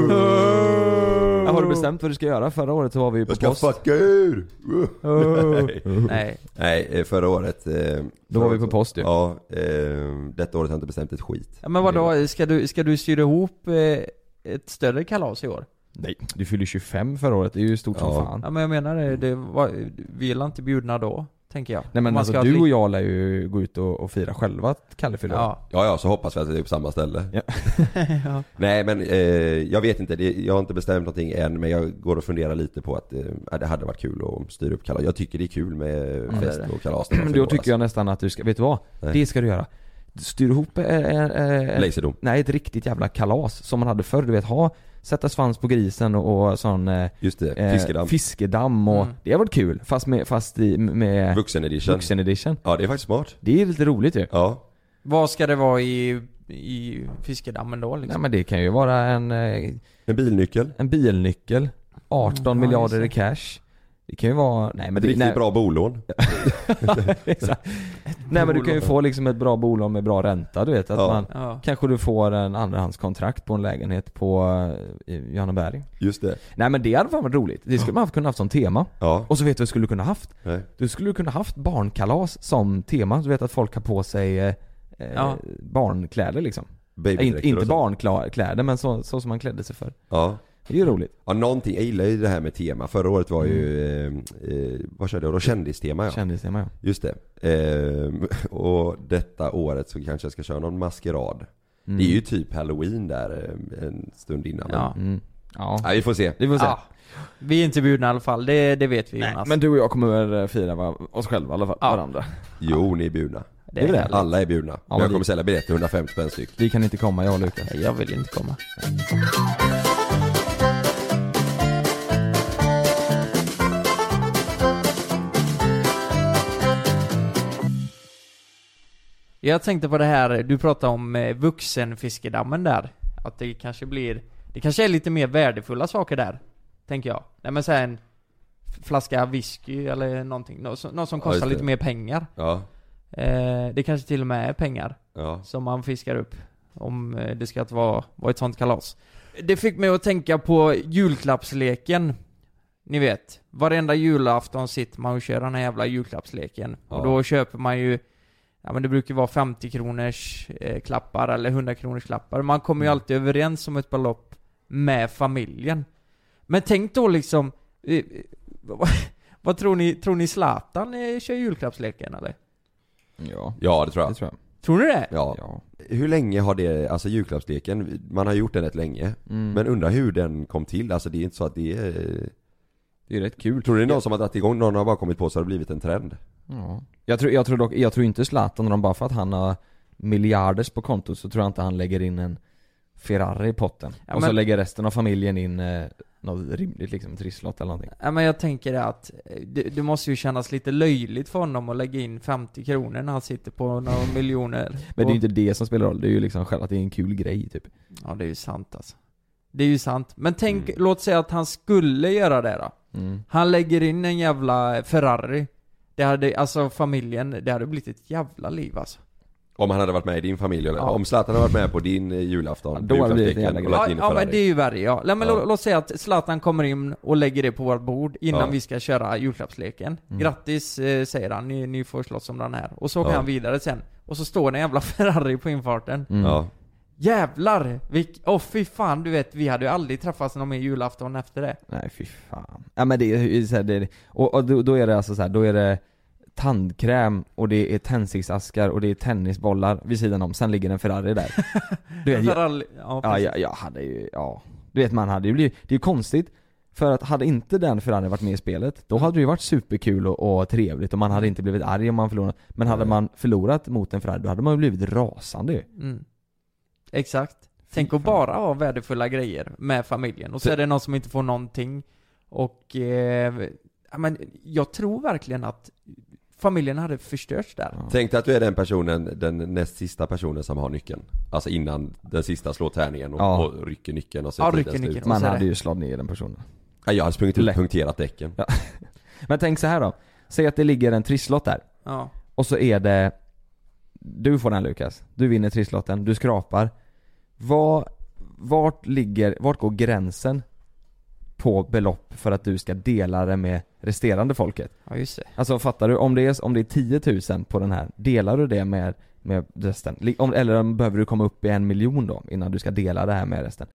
Har du bestämt vad du ska göra? Förra året så var vi ju på Jag ska post. fucka ur! Nej. Nej. Nej, eh, förra året... Eh, Då var förra vi på året- post ju. Ja, eh, detta året har jag inte bestämt ett skit. Ja, men vadå, ska du, ska du styra ihop eh, ett större kalas i år? Nej, du fyller tjugofem förra året, det är ju stort som Ja. fan. Ja men jag menar det, det var, vi är inte bjudna då, tänker jag. Nej men Man alltså ska du li- och jag lär ju gå ut och, och fira själva att Kalle fyller år. Ja. Ja, ja, så hoppas vi att det är på samma ställe. Ja. Ja. Nej men eh, jag vet inte, det, jag har inte bestämt någonting än. Men jag går och funderar lite på att eh, det hade varit kul att styra upp kalas. Jag tycker det är kul med Mm. fest och kalas när man Men fyller då år, tycker jag nästan att du ska, vet du vad? Nej. Det ska du göra. Styr ihop eh, eh, eh, alltså. Laserdom. nej, ett riktigt jävla kalas som man hade förr, du vet, ha, sätta svans på grisen och, och sån eh, Just det, eh, fiskedamm. fiskedamm och Mm. det har varit kul, fast med, fast i, med Vuxen edition. vuxen edition. Ja det är faktiskt smart. Det är lite roligt ju. Ja. Vad ska det vara i, i fiskedammen då Nej liksom? men det kan ju vara en, eh, En bilnyckel. en bilnyckel, arton Ja, miljarder i just det. cash. Det kan ju vara, nej men Ett det, riktigt nej, bra bolån. exakt. Nej men du kan ju få liksom ett bra bolag med bra ränta, du vet att Ja. man Ja. kanske du får en andrahandskontrakt på en lägenhet på eh, i Johanneberg. Just det. Nej men det hade fan varit roligt. Det skulle man haft kunnat haft som tema. Ja. Och så vet du vad du skulle kunna haft? Nej. Du skulle kunna haft barnkalas som tema. Du vet att folk har på sig eh, eh, Ja. barnkläder liksom. Eh, Babydräkter inte inte och så. barnkläder men så, så som man klädde sig för. Ja. Det är ju roligt. Ja, någonting, jag gillar ju det här med tema. Förra året var ju, eh, eh, vad körde jag då? Kändistema ja. Kändistema ja. Just det. Eh, och detta året så kanske jag ska köra någon maskerad. Mm. Det är ju typ Halloween där eh, en stund innan. Ja. Men, Mm. Ja. ja, vi får se. Vi får se. Ja. Vi är inte bjudna i alla fall, det, det vet vi Nej, Jonas. men du och jag kommer väl fira va, oss själva i alla fall, Ja. varandra. Jo, ni är bjudna. det är det. härligt. Alla är bjudna. men Men jag vi- kommer sälja biljetter hundrafemtio spänn styck. Vi kan inte komma, jag och Lukas. Nej, jag vill inte komma. Jag tänkte på det här, du pratade om eh, vuxenfiskedammen där. Att det kanske blir, det kanske är lite mer värdefulla saker där. Tänker jag. Nej men så här en f- flaska whisky eller någonting. Något som, något som Ja, kostar just det. lite mer pengar. Ja. Eh, det kanske till och med är pengar Ja. som man fiskar upp. Om eh, det ska att vara, vara ett sånt kalas. Det fick mig att tänka på julklappsleken. Ni vet, varenda julafton sitter man och kör den här jävla julklappsleken. Ja. Och då köper man ju, ja men det brukar vara femtio kronors eh, klappar eller hundra kronors klappar. Man kommer ju alltid överens om ett belopp med familjen. Men tänk då liksom, eh, vad, vad tror ni, tror ni Zlatan eh, kör julklappsleken eller? Ja, Ja, det tror det jag. tror jag. Tror ni det? Ja. Ja. Hur länge har det, alltså julklappsleken, man har gjort den rätt länge. Mm. Men undrar hur den kom till, alltså det är inte så att det är... Det är rätt kul. Tror ni det är någon som har dragit igång, någon har bara kommit på så har det blivit en trend? Ja. Jag tror, jag tror dock, jag tror inte Zlatan, om bara för att han har miljarders på kontot, så tror jag inte han lägger in en Ferrari i potten. Ja, och men- så lägger resten av familjen in eh, något rimligt, liksom en trisslott eller någonting. Ja, men jag tänker att det, det måste ju kännas lite löjligt för honom att lägga in femtio kronor när han sitter på några miljoner. Men det är ju inte det som spelar roll, det är ju liksom själv att det är en kul grej typ. Ja, det är ju sant alltså. Det är ju sant. Men tänk, Mm. låt säga att han skulle göra det då. Mm. Han lägger in en jävla Ferrari. Det hade, alltså familjen, det hade blivit ett jävla liv alltså. Om han hade varit med i din familj eller Ja. om Zlatan hade varit med på din eh, julafton, Ja, då hade det blivit en julklappstecken, jävla och lagt Ja, in en ja men Ferrari. det är ju värre, ja. Nej, men Ja. låt, låt säga att Zlatan kommer in och lägger det på vårt bord innan Ja. vi ska köra julklappsleken. Mm. Grattis, eh, säger han, ni, ni får slåss om den här. Och så åker Ja. han vidare sen. Och så står det en jävla Ferrari på infarten. Mm. Ja. Jävlar! Vilk, åh fy fan, du vet, vi hade ju aldrig träffats någon mer julafton efter det. Nej fy fan. Ja men det är ju så här, det är, och, och då, då är det alltså så här, då är det tandkräm och det är tändsticksaskar och det är tennisbollar vid sidan om. Sen ligger en Ferrari där. Du vet, jag, Ferrari, ja, ja, precis. jag, jag hade ju, ja. Du vet man hade ju blivit, det är ju konstigt. För att hade inte den Ferrari varit med i spelet, då hade det ju varit superkul och, och trevligt och man hade inte blivit arg om man förlorat. Men hade Nej. man förlorat mot en Ferrari, då hade man ju blivit rasande ju. Mm. Exakt. Tänk att bara ha värdefulla grejer med familjen. Och så Så- är det någon som inte får någonting. Och eh, ja, men jag tror verkligen att familjen hade förstörts där. Ja. Tänk dig att du är den personen, den näst sista personen som har nyckeln. Alltså innan den sista slår tärningen och, Ja. och rycker nyckeln och så Ja, är tiden rycker slut. nyckeln. Och Man så är hade det- ju slagit ner den personen. Ja, jag hade sprungit ut Lätt. och punkterat däcken. Ja. Men tänk så här då. Säg att det ligger en trisslott där. Ja. Och så är det, du får den Lukas, du vinner trisslotten, du skrapar. Vad, vart ligger, vart går gränsen på belopp för att du ska dela det med resterande folket? Ja, just det. Alltså fattar du, om det är, om det är tio tusen på den här, delar du det med, med resten? Li- Om, eller behöver du komma upp i en miljon då innan du ska dela det här med resten?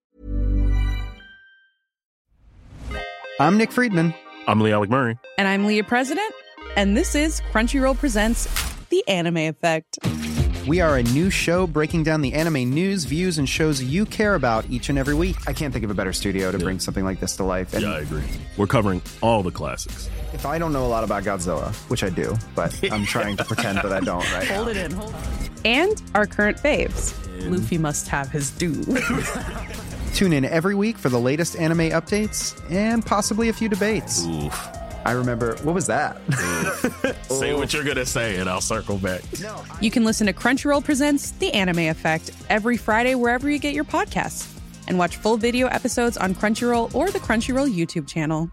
I'm Nick Friedman. I'm Lee Alec Murray. And I'm Leah President, and this is Crunchyroll Presents The Anime Effect. We are a new show breaking down the anime news, views, and shows you care about each and every week. I can't think of a better studio to bring something like this to life. And Yeah, I agree. We're covering all the classics. if I don't know a lot about Godzilla, which I do, but I'm trying to pretend that I don't right Hold now. it in, hold it. And our current faves. Luffy must have his due. Tune in every week for the latest anime updates and possibly a few debates. Oof. I remember, what was that? Say what you're gonna say, and I'll circle back. You can listen to Crunchyroll Presents The Anime Effect every Friday wherever you get your podcasts. And watch full video episodes on Crunchyroll or the Crunchyroll YouTube channel.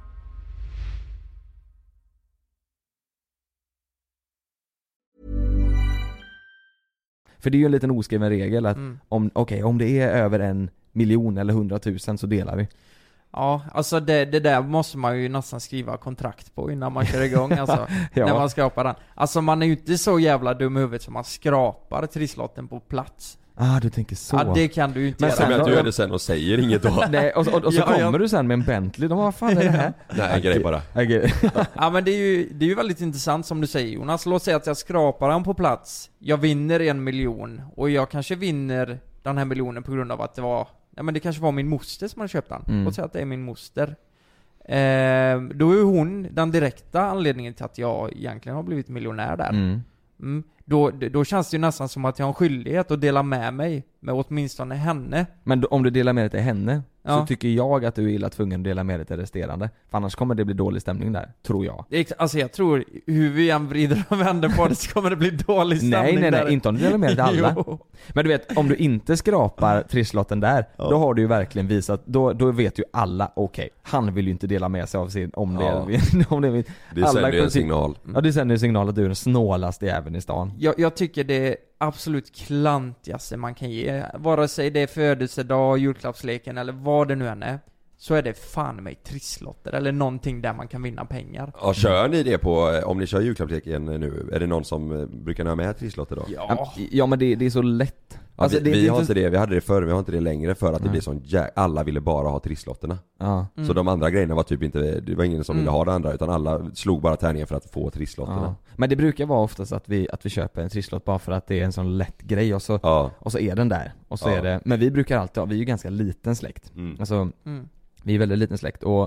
För det är ju en liten oskriven regel att Mm. om, okej, om det är över en miljon eller hundratusen så delar vi. Ja, alltså det, det där måste man ju nästan skriva kontrakt på innan man kör igång alltså. Ja. När man skrapar den. Alltså man är ju inte så jävla dum i huvudet som man skrapar trisslotten på plats. Ah, du tänker så. Ja, det kan du ju inte Men göra. Som sen att då- du gör det sen och säger inget då. Nej, och, och, och så Ja, kommer ja. du sen med en Bentley, de vad fan är det här? Nej, en grej bara. Okej. Ja men det är ju, det är ju väldigt intressant som du säger Jonas. Låt säga att jag skrapar den på plats. Jag vinner en miljon. Och jag kanske vinner den här miljonen på grund av att det var, ja men det kanske var min moster som hade köpt den. Mm. Låt säga att det är min moster. Eh, då är hon den direkta anledningen till att jag egentligen har blivit miljonär där. Mm. Mm. Då, då känns det ju nästan som att jag har en skyldighet att dela med mig med åtminstone henne. Men då, om du delar med dig till henne Ja. så tycker jag att du är illa tvungen att dela med dig till resterande. För annars kommer det bli dålig stämning där, tror jag. Det är- Alltså jag tror, hur vi än vrider och vänder på det så kommer det bli dålig stämning Nej, nej, där. nej, inte om du delar med dig till alla. Jo. Men du vet, om du inte skrapar trisslotten där, då har du ju verkligen visat, då, då vet ju alla, okej, han vill ju inte dela med sig av sin, om det, Ja. om det, Det sänder ju en signal. Ja, det sänder en signal att du är den snålaste även i stan. Jag, jag tycker det är absolut klantigaste man kan ge. Vare sig det är födelsedag, julklappsleken eller vad det nu än är. Så är det fan mig trisslotter eller någonting där man kan vinna pengar. Ja, kör ni det på, om ni kör julklappsleken nu, är det någon som eh, brukar ni ha med trisslotter då? Ja. Ja, men det, det är så lätt. Ja, Alltså, vi det- vi det är har inte- inte det, vi hade det förr, vi har inte det längre för att det Nej. blir sån jä- alla ville bara ha trisslotterna. Ja. Mm. Så de andra grejerna var typ inte, det var ingen som Mm. ville ha det andra utan alla slog bara tärningen för att få trisslotterna. Ja. Men det brukar vara oftast att vi, att vi köper en trisslott bara för att det är en sån lätt grej och så, Ja. och så är den där. Och så Ja. är det, men vi brukar alltid ha, vi är ju ganska liten släkt. Mm. Alltså, Mm. vi är väldigt liten släkt och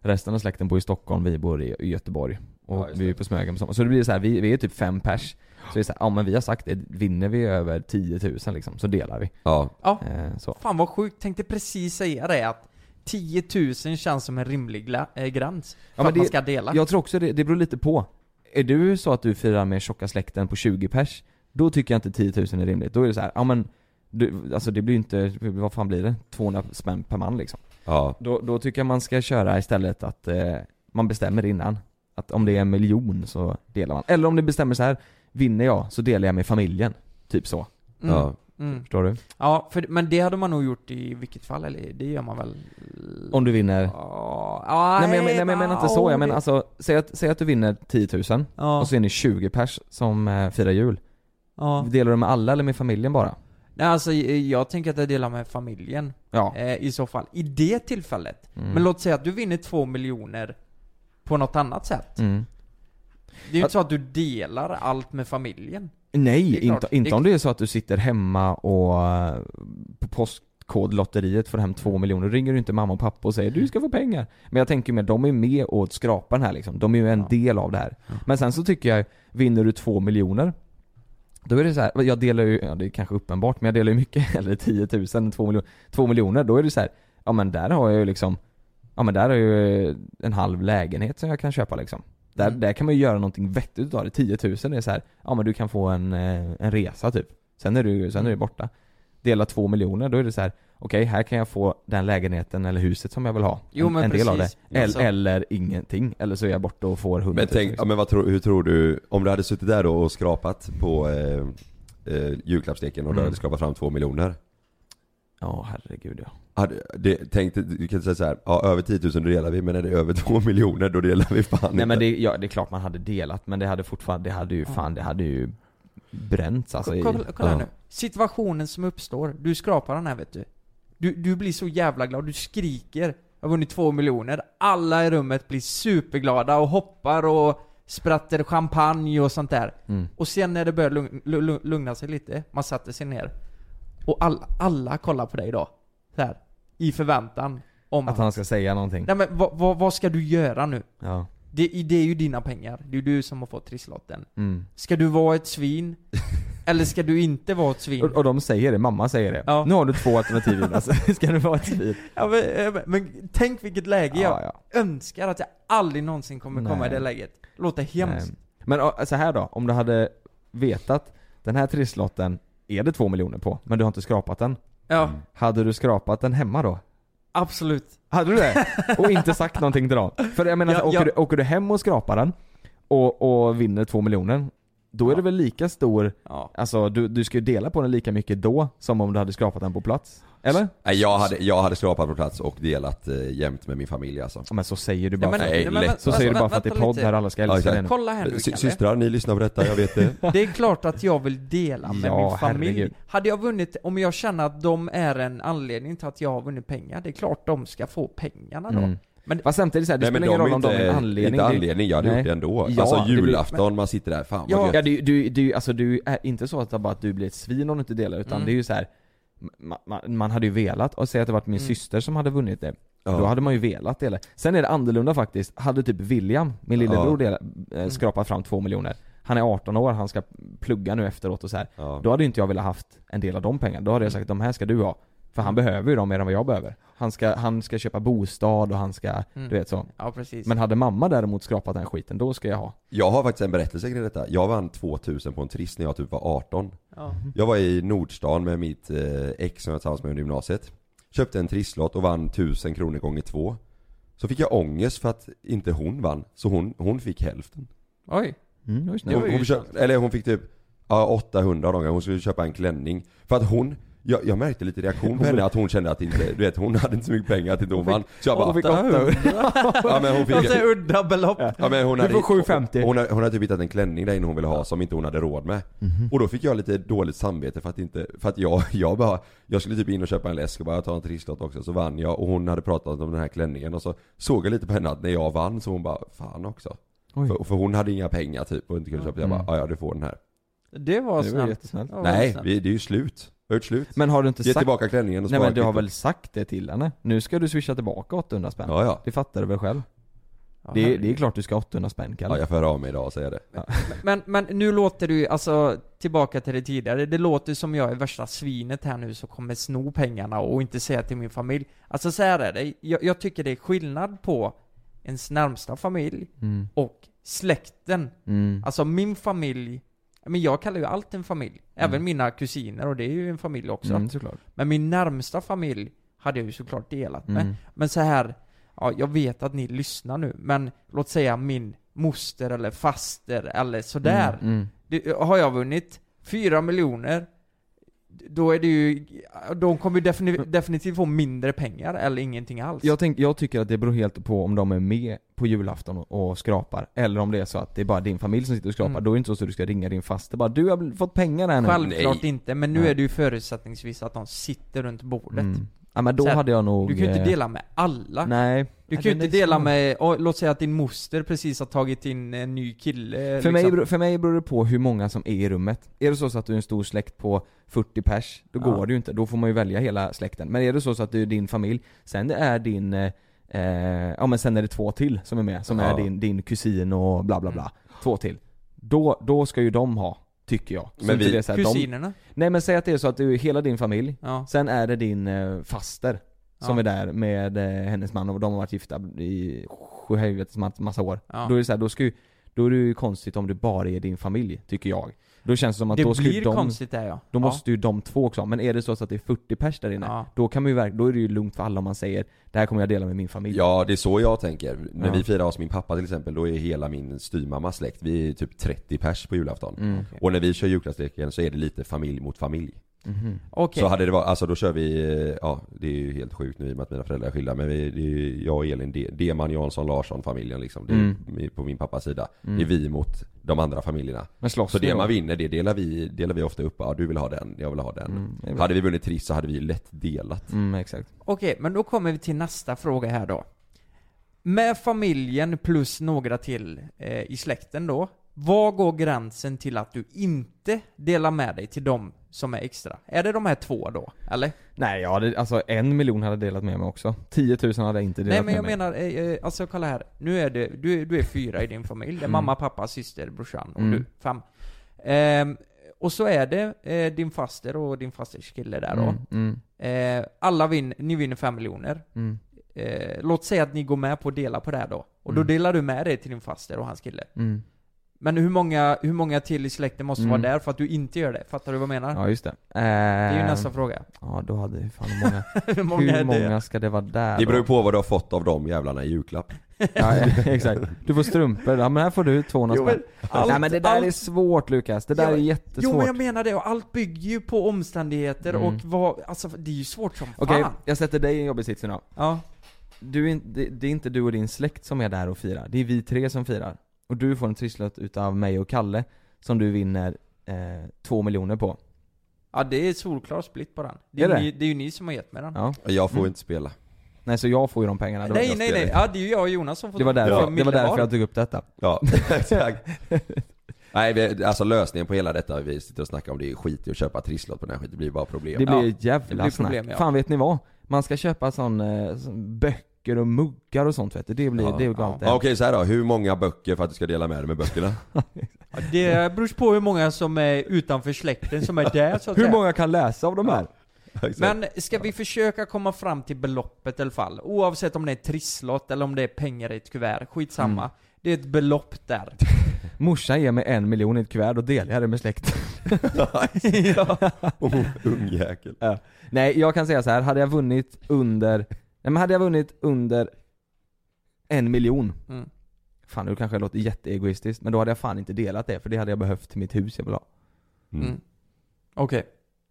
Resten av släkten bor i Stockholm, vi bor i Göteborg. Och Ja, just vi är på Smögen på sommar. Så det blir så här, vi, vi är typ fem pers. Så det är så här, ja men vi har sagt det, vinner vi över tio tusen liksom, så delar vi. Ja. Ja. Eh, så. Fan vad sjukt, tänkte precis säga det att tio tusen känns som en rimlig gla- äh, gräns för Ja, att det, man ska dela. Jag tror också det, det beror lite på. Är du så att du firar med tjocka släkten på tjugo pers, då tycker jag inte tio tusen är rimligt. Då är det så här, ja men du, alltså det blir inte, vad fan blir det? tvåhundra spänn per man liksom. Ja. Då, då tycker jag man ska köra istället att eh, man bestämmer innan. Att om det är en miljon så delar man. Eller om det bestämmer så här, vinner jag så delar jag med familjen. Typ så. Mm. Ja. Mm. Förstår du? Ja, för, men det hade man nog gjort i vilket fall, eller det gör man väl? Om du vinner. Ja, ja, Nej men jag, men, nej, men jag menar inte så, jag menar det- alltså, säg att, säg att du vinner tio tusen Ja. och så är ni tjugo pers som eh, firar jul. Ja. Delar du med alla eller med familjen bara? Nej, alltså jag tänker att jag delar med familjen. Ja. eh, I så fall, i det tillfället. Mm. Men låt säga att du vinner två miljoner på något annat sätt. Mm. Det är ju inte så att du delar allt med familjen. Nej, Det är klart. inte, inte Det- om det är så att du sitter hemma och eh, på postkodlotteriet får hem två miljoner. Ringer du inte mamma och pappa och säger du ska få pengar. Men jag tänker med, de är med och skrapar den här liksom. De är ju en Ja. del av det här. Men sen så tycker jag, vinner du två miljoner, då är det så här, jag delar ju, ja det är kanske uppenbart, men jag delar ju mycket hellre tio tusen än två miljoner. två miljoner, då är det så här, ja men där har jag ju liksom, ja men där har jag ju en halv lägenhet som jag kan köpa liksom. Där, Mm. där kan man ju göra någonting vettigt av det. tio tusen är så här, ja men du kan få en, eh, en resa typ. Sen är du, sen är du borta. Dela två miljoner, då är det så här, okej, här kan jag få den lägenheten eller huset som jag vill ha. Jo, en, men en del av det. precis. Eller, Alltså- eller ingenting. Eller så är jag borta och får hundra Men tänk, ja, men vad tror, hur tror du, om du hade suttit där då och skrapat på eh, eh, julklappssteken och du Mm. hade skrapat fram två miljoner? Ja, herregud ja. Hade, det, tänk, du kan säga så här, ja över tio tusen då delar vi, men är det över två miljoner då delar vi fan Nej inte. men det, ja, det är klart man hade delat, men det hade fortfarande, det hade ju fan, det hade ju bränts alltså i, Kolla, kolla ja. nu. Situationen som uppstår. Du skrapar den här, vet du. Du, du blir så jävla glad. Du skriker. Jag har vunnit två miljoner. Alla i rummet blir superglada och hoppar och sprattar champagne och sånt där. Mm. Och sen när det börjar lugn, lu- lugna sig lite, man sätter sig ner. Och all, alla kollar på dig då. Så här. I förväntan om Att han ska säga någonting. Nej men vad, vad, vad ska du göra nu? Ja. Det, det är ju dina pengar. Det är ju du som har fått trisslotten. Mm. Ska du vara ett svin? Eller ska du inte vara ett svin? Och, och de säger det, mamma säger det. Ja. Nu har du två alternativ alltså. Ska du vara ett svin? Ja, men, men, men tänk vilket läge jag Ja, ja. önskar att jag aldrig någonsin kommer komma Nej. i det läget. Låter hemskt. Nej. Men ja, så här då, om du hade vetat den här trisslotten är det två miljoner på, men du har inte skrapat den. Ja, Hade du skrapat den hemma då? absolut. Hade du det? Och inte sagt någonting till dem? För jag menar, Ja, så åker, ja. Du, åker du hem och skrapar den och, och vinner två miljoner, då är Ja. det väl lika stor, Ja. alltså du, du ska ju dela på den lika mycket då som om du hade skrapat den på plats. Eller? Nej, jag hade, jag hade skrapat på plats och delat eh, jämt med min familj alltså. Ja, men så säger du bara, Ja, men- för, Nej, nej, men lätt. vänta, så säger du vänta, bara för att det är vänta podd lite. här alla ska Ja, älska exakt. den. Kolla här nu, Sy- Kalle. Systrar, ni lyssnar på detta, jag vet det. Det är klart att jag vill dela med Ja, min familj. herregud. Hade jag vunnit, om jag känner att de är en anledning till att jag har vunnit pengar, det är klart de ska få pengarna då. Mm. Men Fast samtidigt så här, det Nej men spelar de ingen roll är om de är inte, en anledning. inte Det är- anledning, jag hade Nej. gjort det ändå. Ja, alltså det blir- julafton, man sitter där, fan Ja. vad gött. Ja, du, du, du, alltså du är inte så att det bara att du blir ett svin om du inte delar, utan Mm. det är ju så här. Man, man, man hade ju velat, och säga att det varit min Mm. syster som hade vunnit det. Ja. Då hade man ju velat dela. Sen är det annorlunda faktiskt. Hade typ William, min lillebror, dela, äh, skrapat fram två miljoner. Han är arton år, han ska plugga nu efteråt och så här. Ja. Då hade ju inte jag velat haft en del av de pengarna. Då hade jag sagt, de här ska du ha. För han behöver ju dem mer än vad jag behöver. Han ska, han ska köpa bostad och han ska, Mm. du vet så. Ja, precis. Men hade mamma däremot skrapat den skiten, då ska jag ha. Jag har faktiskt en berättelse kring detta. Jag vann tvåtusen på en triss när jag typ var arton. Ja. Jag var i Nordstan med mitt eh, ex som jag tillsammans med under gymnasiet. Köpte en trisslott och vann tusen kronor gånger två. Så fick jag ångest för att inte hon vann. Så hon, hon fick hälften. Oj. Mm, det var ju snällt. Hon, var ju hon, köpt, eller hon fick typ ja, åttahundra av de gånger. Hon skulle köpa en klänning. För att hon, jag, jag märkte lite reaktion på henne att hon kände att inte, du vet, hon hade inte så mycket pengar att inte hon vann. Så jag bara, Hon fick åttahundra. ja men hon fick, Alltså udda belopp. ja, men hon Du hade, får sjuhundrafemtio. Hon, hon, hade, hon hade typ hittat en klänning där inne hon ville ha som inte hon hade råd med. Mhm. Och då fick jag lite dåligt samvete för att inte, för att jag, jag bara, jag skulle typ in och köpa en läsk och bara ta en trisslott också, så vann jag och hon hade pratat om den här klänningen och så såg jag lite på henne att när jag vann så hon bara, fan också. För, för hon hade inga pengar typ och inte kunde köpa, jag bara, Mm. ja ja du får den här. Det var Det var snällt. jättesnällt. Ja, Nej, snällt. vi, det är ju slut. har gjort slut. Men har du inte Ge sagt... tillbaka klänningen och Nej spara men du har kvittot. väl sagt det till henne? Nu ska du swisha tillbaka åttahundra spänn. Ja, ja. Det fattar du väl själv? Ja, det, är, det är klart du ska ha åttahundra spänn, Kalle. Ja, jag får höra av mig idag och säga det. Ja. Men, men nu låter du, alltså tillbaka till det tidigare, det låter som jag är värsta svinet här nu som kommer sno pengarna och inte säga till min familj. Alltså så här är det, jag, jag tycker det är skillnad på ens närmsta familj Mm. och släkten. Mm. Alltså min familj, men jag kallar ju allt en familj. Även Mm. mina kusiner, och det är ju en familj också. Mm, såklart. Men min närmsta familj hade jag ju såklart delat med. Mm. Men så här, ja, jag vet att ni lyssnar nu, men låt säga min moster eller faster eller sådär. Mm, mm. Det, har jag vunnit fyra miljoner, då är det ju, de kommer ju defini- definitivt få mindre pengar eller ingenting alls. Jag, tänk, jag tycker att det beror helt på om de är med på julafton och, och skrapar. Eller om det är så att det är bara din familj som sitter och skrapar. Mm. Då är det inte så att du ska ringa din faster bara, du har fått pengar här nu. Självklart Nej. inte, men nu Nej. är det ju förutsättningsvis att de sitter runt bordet. Mm. Ja men då Så här, hade jag nog... Du kan ju inte eh, dela med alla. Nej. Du kan ju inte dela med, och, låt säga att din moster precis har tagit in en ny kille. För, liksom. mig, beror- för mig beror det på hur många som är i rummet. Är det så, så att du är en stor släkt på fyrtio pers, då Ja. går det ju inte. Då får man ju välja hela släkten. Men är det så, så att du är din familj, sen det är din... Eh, eh, ja men sen är det två till som är med, som Ja. är din, din kusin och bla bla bla. Mm. Två till. Då, då ska ju de ha, tycker jag. Så Men inte vi- det är så här, Kusinerna? De, nej men säg att det är så att du är hela din familj, Ja. sen är det din eh, faster som Ja. är där med eh, hennes man, och de har varit gifta i sjuhelvetes massa år. Ja. Då är det så här, då ska ju, då är det ju konstigt om det bara är din familj, tycker jag. Då känns det som att Det då ska blir ju de, konstigt där, ja. då Ja. måste ju de två också, men är det så att det är fyrtio pers där inne, Ja. då kan man ju verk, då är det ju lugnt för alla om man säger, det här kommer jag dela med min familj. Ja, det är så jag tänker. När Ja. vi firar hos min pappa till exempel, då är hela min styvmammas släkt, vi är typ trettio pers på julafton. Mm. Okej. Och när vi kör julklappsleken så är det lite familj mot familj. Mhm. Okej. Så hade det varit, alltså då kör vi, eh, ja det är ju helt sjukt nu i och med att mina föräldrar är skilda, men vi, det är ju jag och Elin, D- Deman, Jansson, Larsson familjen liksom. Det är Mm. ju på min pappas sida. Mm. Det är vi mot de andra familjerna. Men slåss Så ni det då? man vinner, det delar vi, delar vi ofta upp. Ja, du vill ha den, jag vill ha den. Mm, det är bra. Hade vi vunnit Triss så hade vi lätt delat. Mm, exakt. Okej, men då kommer vi till nästa fråga här då. Med familjen plus några till eh, i släkten då, vad går gränsen till att du inte delar med dig till dem som är extra? Är det de här två då, eller? Nej, ja, det, alltså en miljon hade jag delat med mig också. tio tusen hade jag inte delat Nej men jag med mig. menar, eh, eh, alltså kolla här. Nu är det, du, du är fyra i din familj. Det är Mm. mamma, pappa, syster, brorsan och Mm. du, fem. Ehm, och så är det eh, din faster och din fasters kille där då. Mm, mm, Eh, alla vinner, ni vinner fem miljoner. mm, Eh, låt säga att ni går med på att dela på det här då. Och då Mm. delar du med dig till din faster och hans kille. mm. Men hur många, hur många till i släkten måste Mm. vara där för att du inte gör det? Fattar du vad jag menar? Ja, just det. Det är ju Ehm, nästa fråga. Ja, då hade fan hur många, hur många hur är det? många ska det vara där Det beror ju då? på vad du har fått av de jävlarna i julklapp. Ja, exakt. Du får strumpor, ja men här får du tvåhundra Jo, men spänn. allt- Nej men det där allt- är svårt Lukas, det där Ja, är men- jättesvårt. Jo men jag menar det, och allt bygger ju på omständigheter Mm. och vad, alltså det är ju svårt som fan. Okej, jag sätter dig i en jobbig sits nu då. Ja. Du är, inte- det, det är inte du och din släkt som är där och firar, det är vi tre som firar. Och du får en trisslott utav mig och Kalle som du vinner eh, två miljoner på. Ja det är solklar split på den. Det är, Är det? Ni, det är ju ni som har gett mig den. Ja. Jag får Mm. inte spela. Nej så jag får ju de pengarna då. Nej jag nej spelar nej, inte. ja det är ju jag och Jonas som får Det var därför, få det var mille därför var. jag tog upp detta. Ja, exakt. Nej, vi, alltså lösningen på hela detta vi sitter och snackar om, det är skit i att köpa trisslott på den här skiten, det blir bara problem. Det blir Ja, ett jävla det blir snack. problem, ja. Fan vet ni vad? Man ska köpa sån, eh, sån böcker och muggar och sånt vet du. Det blir, Ja. det är ju galet. Ja, okej så här då, hur många böcker för att du ska dela med dig med böckerna? Ja, det beror på hur många som är utanför släkten som är där så att Hur säga. många kan läsa av de här? Exakt. Men ska vi försöka komma fram till beloppet i alla fall? Oavsett om det är trisslott eller om det är pengar i ett kuvert, skitsamma. Mm. Det är ett belopp där. Morsan ger mig en miljon i ett kuvert och delar jag det med släkten. ja. Oh, ungjäkel. Ja. Nej, jag kan säga så här, hade jag vunnit under, nej men hade jag vunnit under en miljon. Mm. Fan, nu kanske jag låter jätteegoistiskt, men då hade jag fan inte delat det, för det hade jag behövt till mitt hus jag vill ha. Mm. Mm. Okej.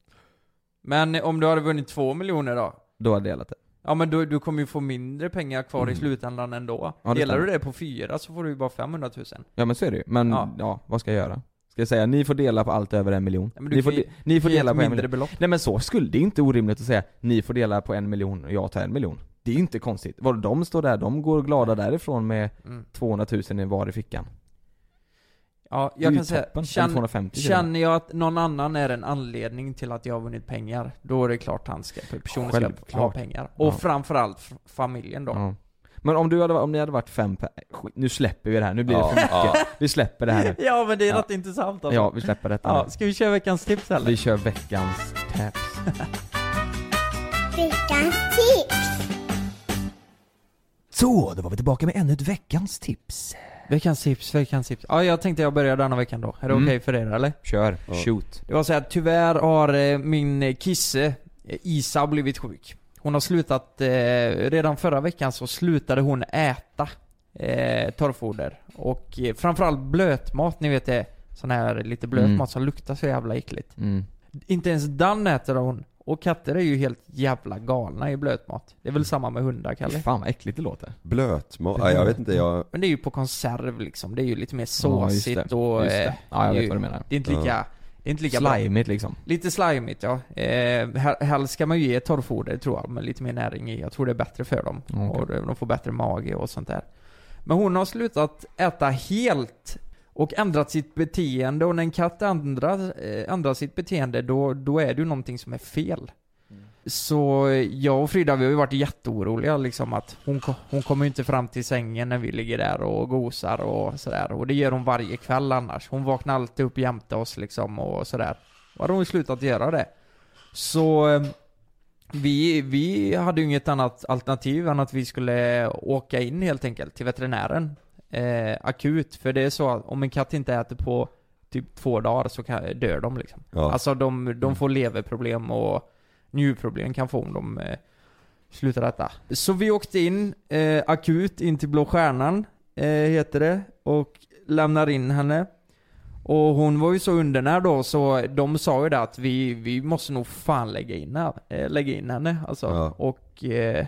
Men om du hade vunnit två miljoner då? Då hade jag delat det. Ja men du, du kommer ju få mindre pengar kvar Mm. i slutändan ändå. Ja, det Delar stämmer. du det på fyra så får du ju bara femhundratusen. Ja men så är det ju, men Ja. ja, vad ska jag göra? Ska jag säga, ni får dela på allt över en miljon. Ja, men du Ni får, kan ju- de, ni får Ge dela ett på en mindre miljon. belopp. Nej men så skulle det inte orimligt att säga, ni får dela på en miljon och jag tar en miljon. Det är ju inte konstigt. Vad de står där, de går glada därifrån med Mm. tvåhundratusen i var i fickan. Ja, Det är jag ju kan säga, toppen. känn, tvåhundrafemtio känner jag att någon annan är en anledning till att jag har vunnit pengar, då är det klart han ska, personen ska Självklart. ha pengar. Och Ja. framförallt f- familjen då. Ja. Men om, du hade, om ni hade varit fem per... skit, nu släpper vi det här, nu blir det Ja, för mycket. ja. Vi släpper det här nu. Ja, men det är Ja. rätt intressant alltså. Ja, vi släpper detta Ja, nu. ska vi köra veckans tips eller? Vi kör veckans tips. Veckans tips. Så, då var vi tillbaka med ännu ett veckans tips. Veckans tips, veckans tips. Ja, jag tänkte jag börjar denna veckan då. Är det Mm. okej för er eller? Kör, Ja. shoot. Det var så här, tyvärr har eh, min kisse eh, Isa blivit sjuk. Hon har slutat, eh, redan förra veckan så slutade hon äta eh, torrfoder. Och eh, framförallt blötmat, ni vet det. Sån här lite blöt Mm. mat som luktar så jävla äckligt. Mm. Inte ens den äter hon. Och katter är ju helt jävla galna i blötmat. Det är väl samma med hundar, Kalle? Fan vad äckligt det låter. Blötmat? Ja, jag vet inte, jag... Men det är ju på konserv liksom. Det är ju lite mer Ja, just såsigt det. och... Just det. eh, Ja, jag det är vet ju- vad du menar. Det är inte lika... Ja. Det är inte lika bra. Slimigt liksom. Lite slimigt, ja. Eh, här, helst ska man ju ge torrfoder, tror jag, med lite mer näring i. Jag tror det är bättre för dem. Okej. Och de får bättre mage och sånt där. Men hon har slutat äta helt och ändrat sitt beteende. Och när en katt ändrar, eh, ändrar sitt beteende, då, då är det ju någonting som är fel. Så jag och Frida, vi har ju varit jätteoroliga liksom att hon, ko- hon kommer ju inte fram till sängen när vi ligger där och gosar och sådär. Och det gör hon varje kväll annars. Hon vaknar alltid upp jämte oss liksom och sådär. Och hade hon slutat göra det. Så eh, vi, vi hade ju inget annat alternativ än att vi skulle åka in helt enkelt till veterinären. Eh, akut. För det är så att om en katt inte äter på typ två dagar så kan, dör de liksom. Ja. Alltså de, de får leverproblem och njurproblem kan få om de eh, slutar äta. Så vi åkte in eh, akut in till Blå Stjärnan eh, heter det, och lämnar in henne. Och hon var ju så undernärd då, så de sa ju det att vi, vi måste nog fan lägga in, här, eh, lägga in henne alltså. Ja. Och eh,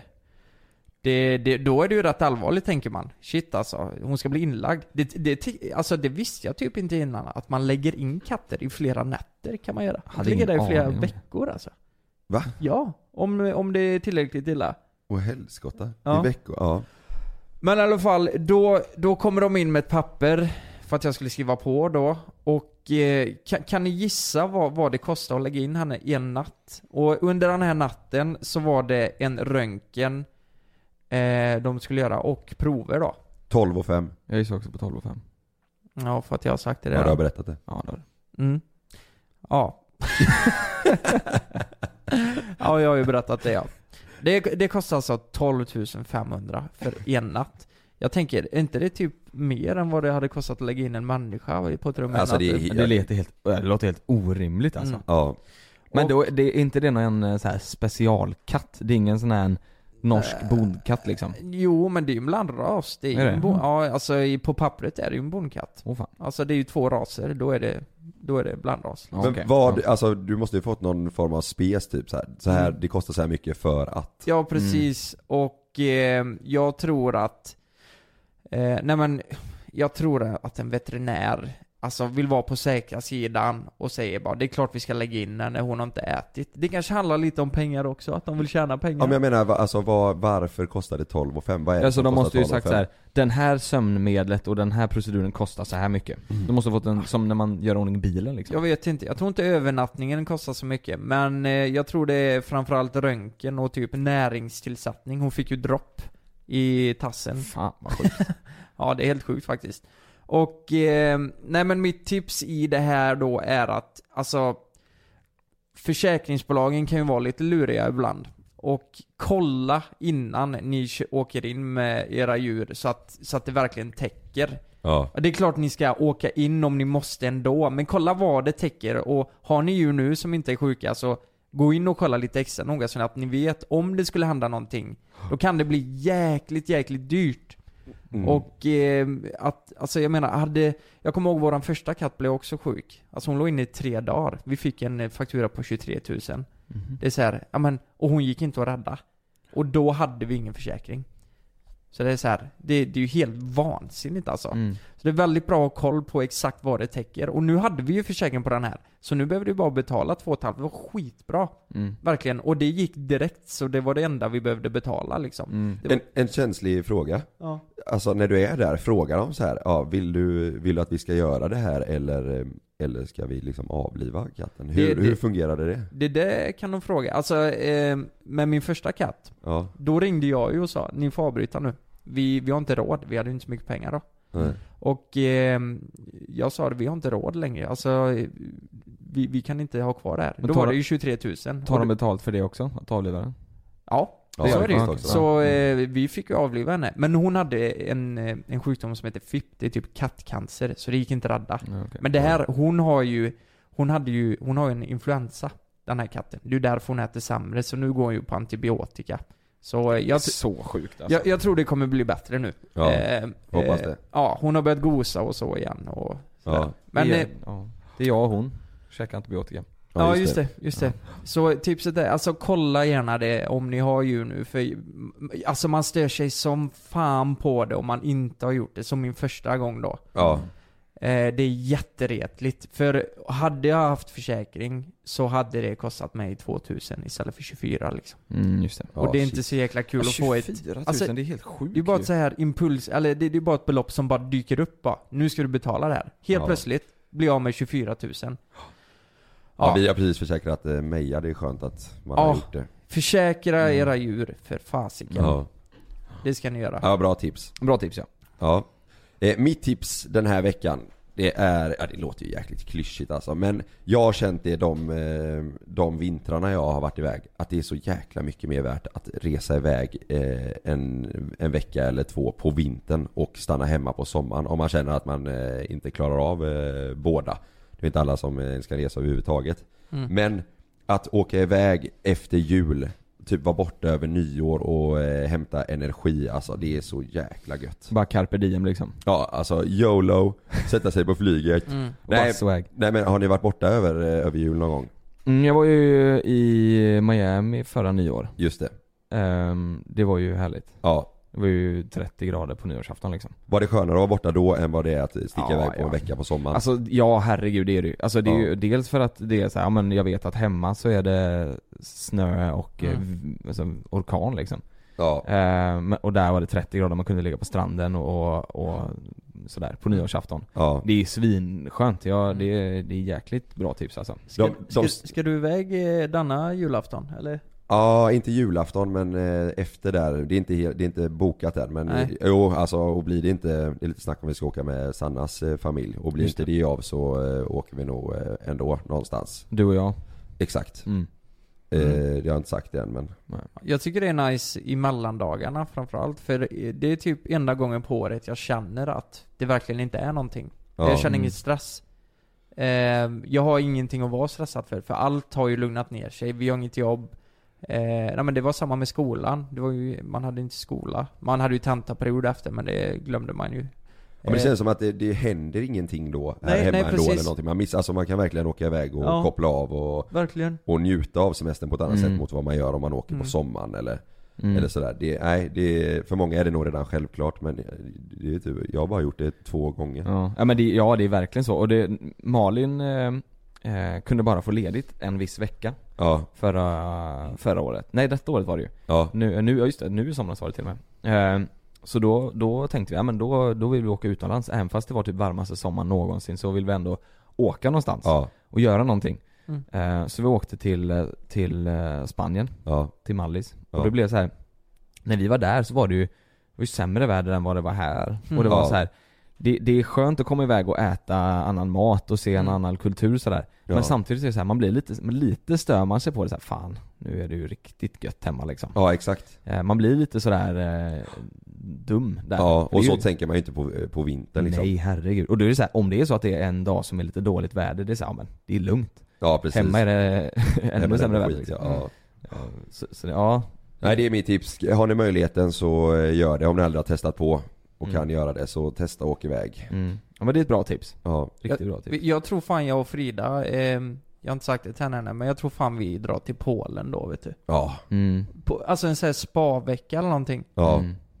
det, det, då är det ju rätt allvarligt, tänker man. Shit alltså, hon ska bli inlagd. Det, det, alltså det visste jag typ inte innan, att man lägger in katter i flera nätter kan man göra. Man Hade ligger där ingen i flera aning om det. veckor alltså. Va? Ja, om, om det är tillräckligt illa. Och helskotta? Ja. I veckor? Ja. Men i alla fall, då, då kommer de in med ett papper för att jag skulle skriva på då. Och eh, kan, kan ni gissa vad, vad det kostar att lägga in henne i en natt? Och under den här natten så var det en röntgen eh, de skulle göra och prover då. tolv och fem. Jag gissar också på tolv och fem. Ja, för att jag har sagt det Ja, där. du har berättat det. Ja, det var det. Mm. Ja. Ja, jag har ju berättat det, ja. Det, det kostar alltså tolv tusen femhundra för en natt. Jag tänker, är inte det typ mer än vad det hade kostat att lägga in en människa på ett rum? Alltså, det är- natten? Det låter helt, det låter helt orimligt alltså. Mm. Ja. Men Och- då, det är inte det någon eh, så här specialkatt? Det är ingen sån här norsk Äh, bondkatt liksom? Jo, men det är ju en blandras. Det är, Är ju det? en bon- ja, alltså i- på pappret är det ju en bondkatt. Åh fan. Alltså det är ju två raser, då är det, då är det blandras. Ja, Men okej. vad, Ja. alltså du måste ju fått någon form av spes typ så här. Så här, Mm. det kostar så här mycket för att. Ja, precis. Och eh, jag tror att eh, nej men jag tror att en veterinär alltså vill vara på säkra sidan och säger bara, det är klart vi ska lägga in henne, hon har inte ätit. Det kanske handlar lite om pengar också, att de vill tjäna pengar. Ja men jag menar, va- alltså vad, varför kostar det tolv och fem? Vad är det Alltså som de kostar måste ju tolv och sagt fem? så här: den här sömnmedlet och den här proceduren kostar så här mycket. De måste ha fått en, som när man gör ordning bilen liksom. Jag vet inte, jag tror inte övernattningen kostar så mycket. Men eh, jag tror det är framförallt röntgen och typ näringstillsättning. Hon fick ju dropp i tassen. Fan vad sjukt. Ja, det är helt sjukt faktiskt. Och eh, nej men mitt tips i det här då är att alltså försäkringsbolagen kan ju vara lite luriga ibland. Och kolla innan ni kö- åker in med era djur så att, så att det verkligen täcker. Ja. Det är klart ni ska åka in om ni måste ändå, men kolla vad det täcker. Och har ni djur nu som inte är sjuka, så gå in och kolla lite extra noga så att ni vet om det skulle hända någonting. Då kan det bli jäkligt, jäkligt dyrt. Mm. Och eh, att, alltså jag menar, hade, jag kommer ihåg våran första katt blev också sjuk. Alltså hon låg inne i tre dagar. Vi fick en eh, faktura på tjugotre tusen. Mhm. Det är så här, ja men, och hon gick inte att rädda. Och då hade vi ingen försäkring. Så det är så här, det, det är ju helt vansinnigt alltså. Mm. Så det är väldigt bra att ha koll på exakt vad det täcker. Och nu hade vi ju försäkring på den här. Så nu behöver du bara betala två och ett halvt. Det var skitbra. Mm. Verkligen. Och det gick direkt, så det var det enda vi behövde betala liksom. Mm. Det var... En, en känslig fråga. Ja. Alltså när du är där, frågar de så här, ja, vill du, vill du att vi ska göra det här eller, eller ska vi liksom avliva katten? Hur, Det- det- hur fungerade det? Det där kan de fråga. Alltså, eh, med min första katt, Ja. då ringde jag ju och sa, ni får avbryta nu. Vi, vi har inte råd, vi hade ju inte så mycket pengar då. Nej. Och eh, jag sa det, vi har inte råd längre. Alltså, eh, vi, vi kan inte ha kvar det här. Men Då tar var de- det ju tjugotre tusen. Tar de betalt för det också? Att avliva den? Ja, Ja, det det gör det finns ju. också. Så eh, vi fick ju avliva henne. Men hon hade en, eh, en sjukdom som heter F I P. Det är typ kattcancer. Så det gick inte att rädda. Ja, okej. Men det här, hon har ju Hon hade ju, hon har ju en influensa, den här katten. Det är därför hon äter sämre. Så nu går hon ju på antibiotika. Så eh, jag, Så sjukt alltså. jag, jag tror det kommer bli bättre nu. Ja, eh, hoppas eh, det. Ja, hon har börjat gosa och så igen och sådär. Ja. Men det, eh, är, ja, det är jag och hon. Käkar antibiotika. ja, just det, just det. Så tipset är, alltså kolla gärna det om ni har djur nu. För alltså man stör sig som fan på det om man inte har gjort det. Som min första gång då. Ja. Eh, det är jätteretligt. För hade jag haft försäkring så hade det kostat mig tvåtusen istället för tjugofyra liksom. Mm, just det. Och Ja, det är shit. inte så jäkla kul Ja, att få ett... tjugofyra tusen, alltså, det är helt sjukt Det är bara ju. ett så här impuls, eller det, det är bara ett belopp som bara dyker upp bara. Nu ska du betala det här. Helt Ja. plötsligt blir jag av med tjugofyra tusen. Ja, vi har precis försäkrat eh, Meja, det är skönt att man Ja. har gjort det. Försäkra Mm. era djur för fasiken. Ja. Det ska ni göra. Ja, bra tips. Bra tips ja. Ja. Eh, mitt tips den här veckan, det är, ja det låter ju jäkligt klyschigt alltså, men jag har känt det de, eh, de vintrarna jag har varit iväg, att det är så jäkla mycket mer värt att resa iväg eh, en, en vecka eller två på vintern och stanna hemma på sommaren om man känner att man eh, inte klarar av eh, båda. Det är inte alla som eh, ska resa överhuvudtaget. Mm. Men att åka iväg efter jul, typ vara borta över nyår och eh, hämta energi, alltså det är så jäkla gött. Bara carpe diem liksom. Ja, alltså YOLO, sätta sig på flyget. Mm. Och bara Nej, swag. nej men har ni varit borta över, eh, över jul någon gång? Mm, jag var ju i Miami förra nyår. Just det. Ehm, det var ju härligt. Ja. Det var ju trettio grader på nyårsafton liksom. Var det skönare att vara borta då än vad det är att sticka Ja, iväg på ja. en vecka på sommaren? Alltså ja, herregud det är det ju. Alltså det är Ja. ju dels för att det är så här, ja, men jag vet att hemma så är det snö och Mm. eh, v- alltså, orkan liksom. Ja. Ehm, och där var det trettio grader, man kunde ligga på stranden och, och sådär på nyårsafton. Ja. Det är svinskönt, ja det är, det är jäkligt bra tips alltså. Ska, De- de- ska, ska du iväg eh, denna julafton, eller? Ja, inte julafton men eh, efter där, det är inte, he- det är inte bokat än men Nej. eh, jo, alltså och blir det inte, det är lite snack om vi ska åka med Sannas eh, familj och blir Just inte det av så eh, åker vi nog eh, ändå någonstans. Du och jag. Exakt. Mm. Eh, det har jag inte sagt än men Jag tycker det är nice i mellandagarna framförallt. För det är typ enda gången på året jag känner att det verkligen inte är någonting. Ja. Jag känner Mm. ingen stress. Eh, jag har ingenting att vara stressad för. För allt har ju lugnat ner sig. Vi har inget jobb. Eh, nej, men det var samma med skolan. Det var ju, man hade inte skola. Man hade ju tentaperiod efter, men det glömde man ju. Ja, men det Eh, känns som att det, det händer ingenting då här Nej, hemma nej, ändå precis. eller någonting. Man missar, alltså man kan verkligen åka iväg och Ja. koppla av och, Verkligen. och njuta av semestern på ett annat Mm. sätt mot vad man gör om man åker Mm. på sommaren eller, Mm. eller sådär. Det, nej, det, för många är det nog redan självklart men det är typ, jag har bara gjort det två gånger. Ja, ja men det, ja det är verkligen så. Och det, Malin eh, eh, kunde bara få ledigt en viss vecka Ja, förra, förra året. Nej, detta året var det ju. ja, Nu, nu, ja just det, nu i somras var det till och med. Eh, så då, då tänkte vi, ja men då, då vill vi åka utomlands. Även fast det var typ varmaste sommaren någonsin så vill vi ändå åka någonstans ja, och göra någonting. Mm. Eh, så vi åkte till, till eh, Spanien, ja, till Mallis. Ja. Och det blev så här. När vi var där så var det ju, det var ju sämre väder än vad det var här. Mm. Och det var Ja. så här. Det, det är skönt att komma iväg och äta annan mat och se en Mm. annan kultur sådär. Ja. Men samtidigt är det så här, man blir lite, lite stör man sig på det så här, fan, nu är det ju riktigt gött hemma liksom. ja exakt. Eh, Man blir lite sådär eh, dum där. Ja, För och det är så ju- tänker man ju inte på, på vintern liksom. Nej, herregud. Och då är det så här, om det är så att det är en dag som är lite dåligt väder, det är så här, ja, men det är lugnt. Ja, precis. Hemma är det ännu Hemma är sämre det väder skit, liksom. ja. Ja, så, så det, ja. Nej, det är mitt tips. Har ni möjligheten så eh, gör det. Om ni aldrig har testat på och Mm. kan göra det så testa och åk iväg. Mm. Ja men det är ett bra tips. Ja. Riktigt bra tips. Jag tror fan jag och Frida, eh, jag har inte sagt det till henne ännu, men jag tror fan vi drar till Polen då, vet du. Ja. Mm. På, alltså en sån här spa-vecka eller någonting. Ja. Mm.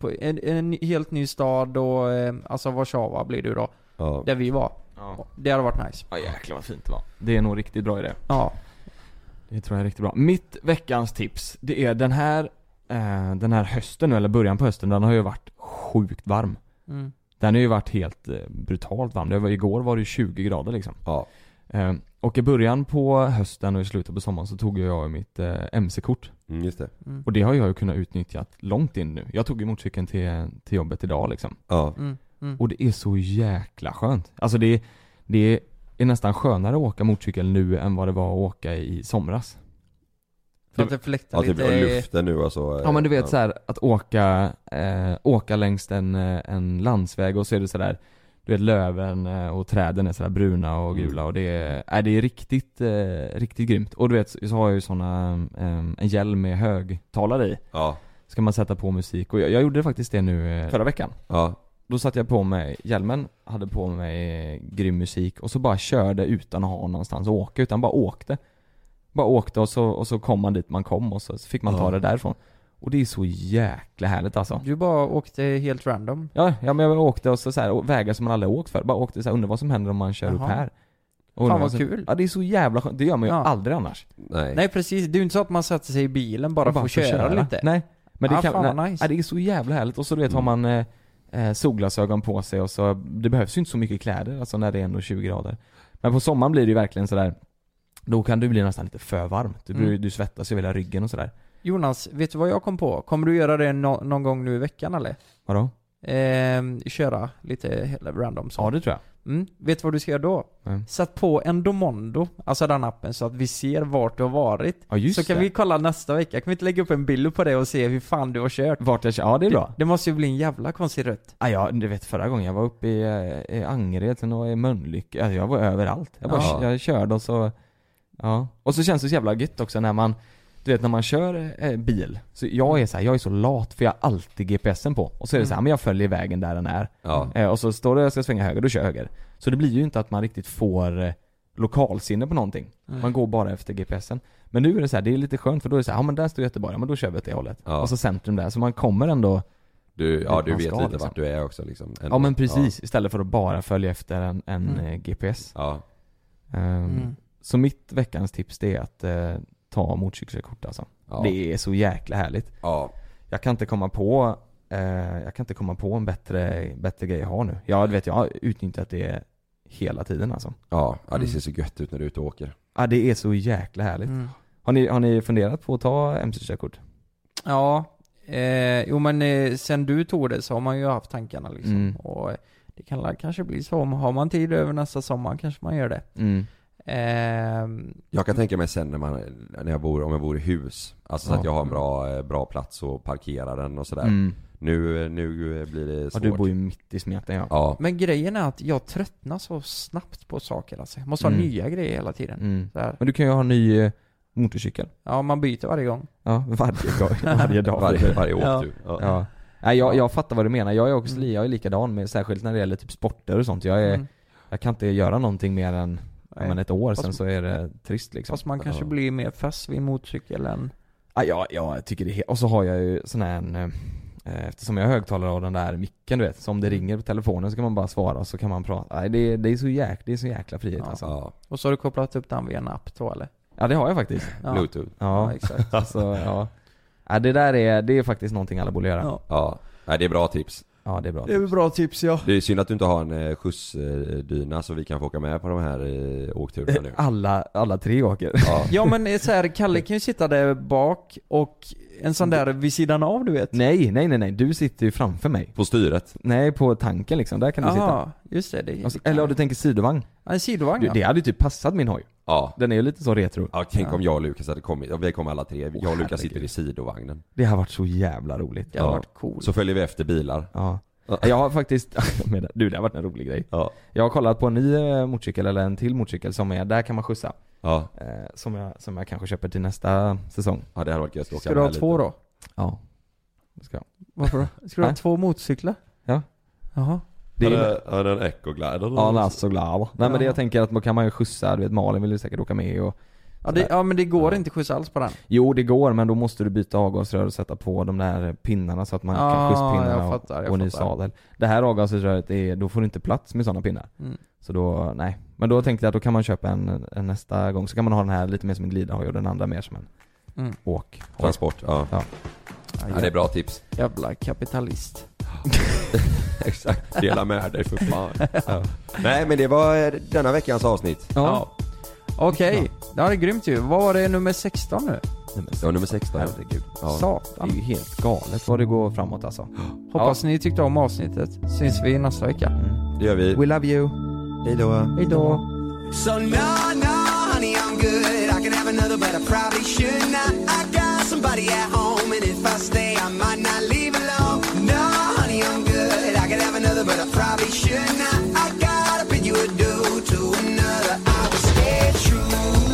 på en, en helt ny stad och eh, alltså Warszawa blir det då. Ja. Där vi var. Ja. Det hade varit nice. Ja jäklar vad fint det var. Det är nog riktigt bra idé. Ja. Det tror jag är riktigt bra. Mitt veckans tips, det är den här eh, den här hösten nu, eller början på hösten, den har ju varit sjukt varm. Mm. Den har ju varit helt eh, brutalt varm. Det var, igår var det tjugo grader liksom. Ja. Eh, och i början på hösten och i slutet på sommaren så tog jag mitt eh, M C-kort. Mm, just det. Mm. Och det har jag ju kunnat utnyttja långt in nu. Jag tog ju motorcykeln till, till jobbet idag liksom. Ja. Mm. Mm. Och det är så jäkla skönt. Alltså det, det är nästan skönare att åka motorcykel nu än vad det var att åka i somras. För att det fläktar Ja, typ lite. luften nu alltså. Ja men du vet så här att åka eh, åka längs en, en landsväg och så är det så där, du vet löven och träden är så där bruna och gula mm. och det är, är det är riktigt eh, riktigt grymt. Och du vet så har jag ju såna eh, en hjälm med högtalare i. Ja. Ska man sätta på musik och jag, jag gjorde faktiskt det nu eh, förra veckan. Ja. Då satte jag på mig hjälmen, hade på mig grym musik och så bara körde utan att ha någonstans att åka, utan bara åkte. Bara åkte och så, och så kom man dit man kom och så, så fick man ta Ja. det därifrån. Och det är så jäkla härligt alltså. Du bara åkte helt random. Ja, ja men jag åkte och så, så här, och vägar som man aldrig åkt för. Bara åkte så här, undrar vad som händer om man kör Jaha. upp här. Och Fan undrar vad som, kul. Ja det är så jävla skönt, det gör man ju Ja. aldrig annars. Nej. Nej precis, det är ju inte så att man sätter sig i bilen bara Och för att köra, lite. Nej, men det Ah, kan, fan vad nej, nice. nej, det är så jävla härligt. Och så du vet Mm. har man eh, eh, solglasögon på sig och så, det behövs ju inte så mycket kläder alltså när det är ändå tjugo grader. Men på sommaren blir det ju verkligen sådär, då kan det bli nästan lite för varmt. Du, Mm. du svettas ju hela ryggen och sådär. Jonas, vet du vad jag kom på? Kommer du göra det no- någon gång nu i veckan eller? Vadå? Ehm, köra lite hela random så. Ja det tror jag. Mm. Vet du vad du ska göra då? Mm. Sätt på Endomondo, alltså den appen, så att vi ser vart du har varit. Ja just Så kan det. vi kolla nästa vecka. Kan vi inte lägga upp en bild på det och se hur fan du har kört? Vart jag kör, ja det är bra. Det, det måste ju bli en jävla konstig rött. Ja, ja, du vet förra gången jag var uppe i, eh, i Angered, sen var jag i Mölnlycke, alltså, jag var överallt. Jag bara Ja. jag körde och så, ja. Och så känns det så jävla gött också när man, du vet när man kör eh, bil. Så jag är så här, jag är så lat för jag har alltid G P S'en på. Och så är det så här, men jag följer vägen där den är. Ja. Eh, och så står det jag ska svänga höger, då kör jag höger. Så det blir ju inte att man riktigt får eh, lokalsinne på någonting. Mm. Man går bara efter G P S'en. Men nu är det så här, det är lite skönt för då är det så här, ja men där står Göteborg, ja men då kör vi åt det hållet. Ja. Och så centrum där, så man kommer ändå. Du, ja du Man vet ska, lite liksom. vart du är också liksom. Ja men precis, istället för att bara följa efter en, en Mm. eh, G P S. Ja. Um, Mm. Så mitt veckans tips det är att eh, ta motorcykelkort alltså. Ja. Det är så jäkla härligt. Ja. Jag kan inte komma på eh, jag kan inte komma på en bättre, bättre grej jag har nu. Ja, du vet, jag har utnyttjat det hela tiden alltså. Ja, ja det Mm. ser så gött ut när du är ute och åker. Ja, det är så jäkla härligt. Mm. Har ni, har ni funderat på att ta M C-körkort? Ja, eh, jo men eh, sen du tog det så har man ju haft tankarna liksom. Mm. Och eh, det kan la- kanske bli så, om har man tid över nästa sommar kanske man gör det. Mm. Ehm, Jag kan tänka mig sen när man, när jag bor, om jag bor i hus. Alltså så Ja. att jag har en bra, eh, bra plats och parkera den och sådär. Mm. Nu, nu blir det Ja, svårt. du bor ju mitt i smeten, ja. Ja. Men grejen är att jag tröttnar så snabbt på saker alltså. Jag måste ha Mm. nya grejer hela tiden. Mm. Så här. Men du kan ju ha en ny eh, motorcykel. Ja, man byter varje gång. Ja, varje, gång, varje dag. Varje, varje Ja. åktur. Ja. Ja. Nej, jag, jag fattar vad du menar. Jag är också Mm. jag är likadan med, särskilt när det gäller typ sporter och sånt. Jag är, Mm. jag kan inte göra någonting mer än ja, Nej. men ett år, Fast- sen så är det trist liksom. Fast man kanske Ja. blir mer fast vid en motorcykel än... Ja, ja, ja, jag tycker det är helt... Och så har jag ju sån här en, eh, eftersom jag har högtalare av den där micken du vet, så om det ringer på telefonen så kan man bara svara och så kan man prata. Nej, det, är- det är så jäkla, det är så jäkla frihet Ja. alltså. Ja. Och så har du kopplat upp den via en app då eller? Ja, det har jag faktiskt. Ja. Bluetooth. Ja, Ja, exakt. Alltså, ja. Ja, det där är, det är faktiskt någonting alla borde göra. Ja, Ja. Ja. Nej, det är bra tips. det är bra. Det är väl bra tips ja. Det är synd att du inte har en eh, skjutsdyna så vi kan få åka med på de här eh, åkturerna nu. Alla, alla tre åker. Ja. Ja men eh, så här, Kalle kan ju sitta där bak och en sån där vid sidan av du vet. Nej, nej, nej, nej. Du sitter ju framför mig. På styret. Nej, på tanken liksom. Där kan du sitta. Ja, just det. det, Alltså, det eller kan- om du tänker sidovagn. Ja, en sidovagn Du, ja. det hade ju typ passat min hoj. Ja. Den är ju lite så retro. Ja, tänk Ja. om jag och Lukas hade kommit, ja, vi kommer alla tre, jag och Lukas herregud. sitter i sidovagnen. Det har varit så jävla roligt. Det hade Ja. varit coolt. Så följer vi efter bilar. Ja. Jag har faktiskt, med- du det har varit en rolig grej. Ja. Jag har kollat på en ny eh, motorcykel, eller en till motorcykel som är, där kan man skjutsa. Ja. Eh, som, jag, som jag kanske köper till nästa säsong. Ja, det hade varit gött att åka Ska du ha med två lite. då? Ja. Det ska jag. Varför då? Ska du ha Nej. två motorcyklar? Ja. Jaha. Det är ju, Ja, det är en ecoglider. ja, den är så glad. Nej men det Ja. jag tänker att då kan man ju skjutsa, du vet Malin vill ju säkert åka med och Ja, det, ja men det går inte skjuts alls på den. Jo det går, men då måste du byta avgasrör och sätta på de där pinnarna så att man Ja, kan skjutspinnarna jag fattar, jag och, och ny fattar. sadel. Det här avgasröret är, då får du inte plats med sådana pinnar. Mm. Så då, nej. Men då tänkte jag att då kan man köpa en, en nästa gång, så kan man ha den här lite mer som en glidahoj och den andra mer som en Mm. åk. Transport, ja. Ja. Ja, det är bra tips. Jävla kapitalist. Exakt, dela med dig för fan. Ja. Nej men det var eh, denna veckans avsnitt. Ja. Okej, okay. Det är grymt ju. Vad var det, nummer sexton nu? Det var nummer sexton. Herregud. Ja. Det Satan. är ju helt galet vad det går framåt alltså. Hoppas ni tyckte om avsnittet. Syns vi nästa vecka. Mm. Det gör vi. We love you. Hejdå. Hejdå. So no, no, honey, I'm good. I can have another, but I probably should not. I got somebody at home, and if I stay, I might not leave alone. No, honey, I'm good. I can have another, but I probably should not. I gotta bid you adieu to another. I will stay true.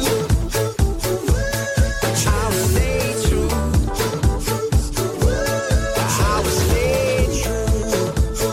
I will stay true. I will stay true.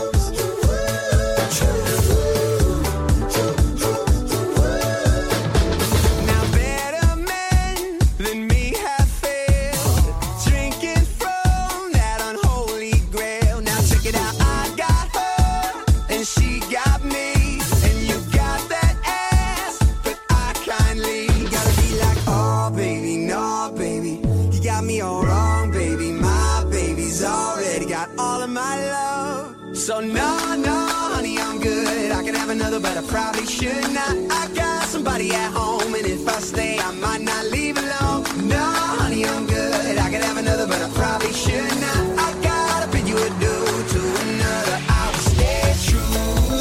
Now better men than me have failed, drinking from that unholy grail. Now check it out, I got her and she got me, and you got that ass, but I kindly gotta be like, oh baby, no baby, you got me all wrong, baby. My baby's already got all of my love. So no, no, honey, I'm good. I can have another, but I probably should not. I got somebody at home, and if I stay, I might not leave alone. No, honey, I'm good. I can have another, but I probably should not. I gotta bid you adieu to another. I will stay true.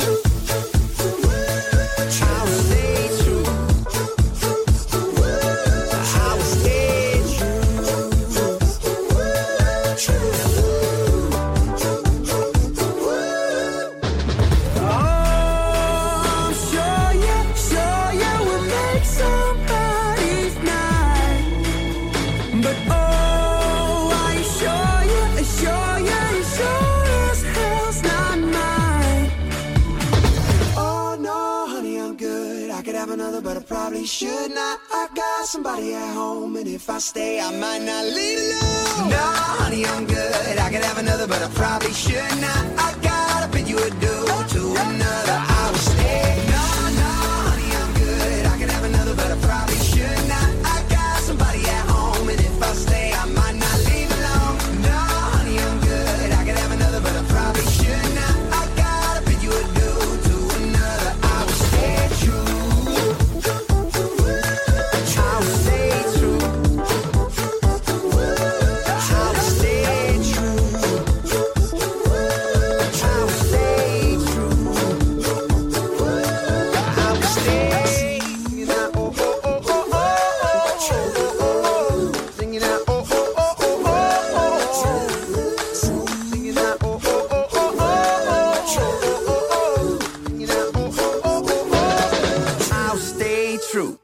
I will stay true. I will stay Oh, sure, yeah, sure, yeah, we'll make somebody's night. But oh, are you sure, yeah, sure, yeah, you sure as hell's not mine. Oh no, honey, I'm good. I could have another, but I probably should not. I got somebody at home, and if I stay, I might not leave alone. No, honey, I'm good. I could have another, but I probably should not. I gotta bid you adieu to another. I will stay. No, no, honey, I'm good. I could have another, but I probably should not. I got somebody at home, and if I stay, I might not leave alone. No, honey, I'm good. I could have another, but I probably should not. I gotta bid you adieu to another. I will stay true. I will stay true. I will stay true. I will stay true. I will stay. Singing out, oh, oh, oh, oh, oh, oh. Singing out, oh, oh, oh, oh, oh. Singing out, oh, oh, oh, oh, oh. Singing out, oh, oh, oh, oh, oh. I'll stay true.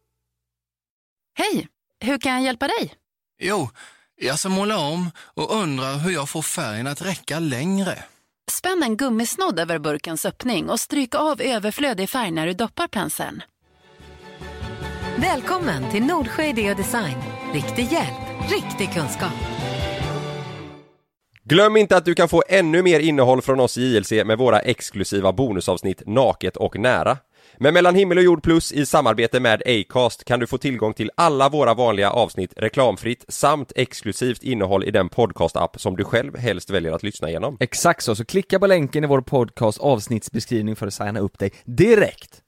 Hej, hur kan jag hjälpa dig? Jo, jag ska måla om och undrar hur jag får färgen att räcka längre. Spänn en gummisnodd över burkens öppning och stryk av överflödig färg när du doppar penseln. Välkommen till Nordsjö Idé och Design. Riktig hjälp, riktig kunskap. Glöm inte att du kan få ännu mer innehåll från oss i J L C med våra exklusiva bonusavsnitt Naket och nära. Med Mellan himmel och jord plus i samarbete med Acast kan du få tillgång till alla våra vanliga avsnitt reklamfritt samt exklusivt innehåll i den podcast-app som du själv helst väljer att lyssna igenom. Exakt så, så klicka på länken i vår podcast avsnittsbeskrivning för att signa upp dig direkt.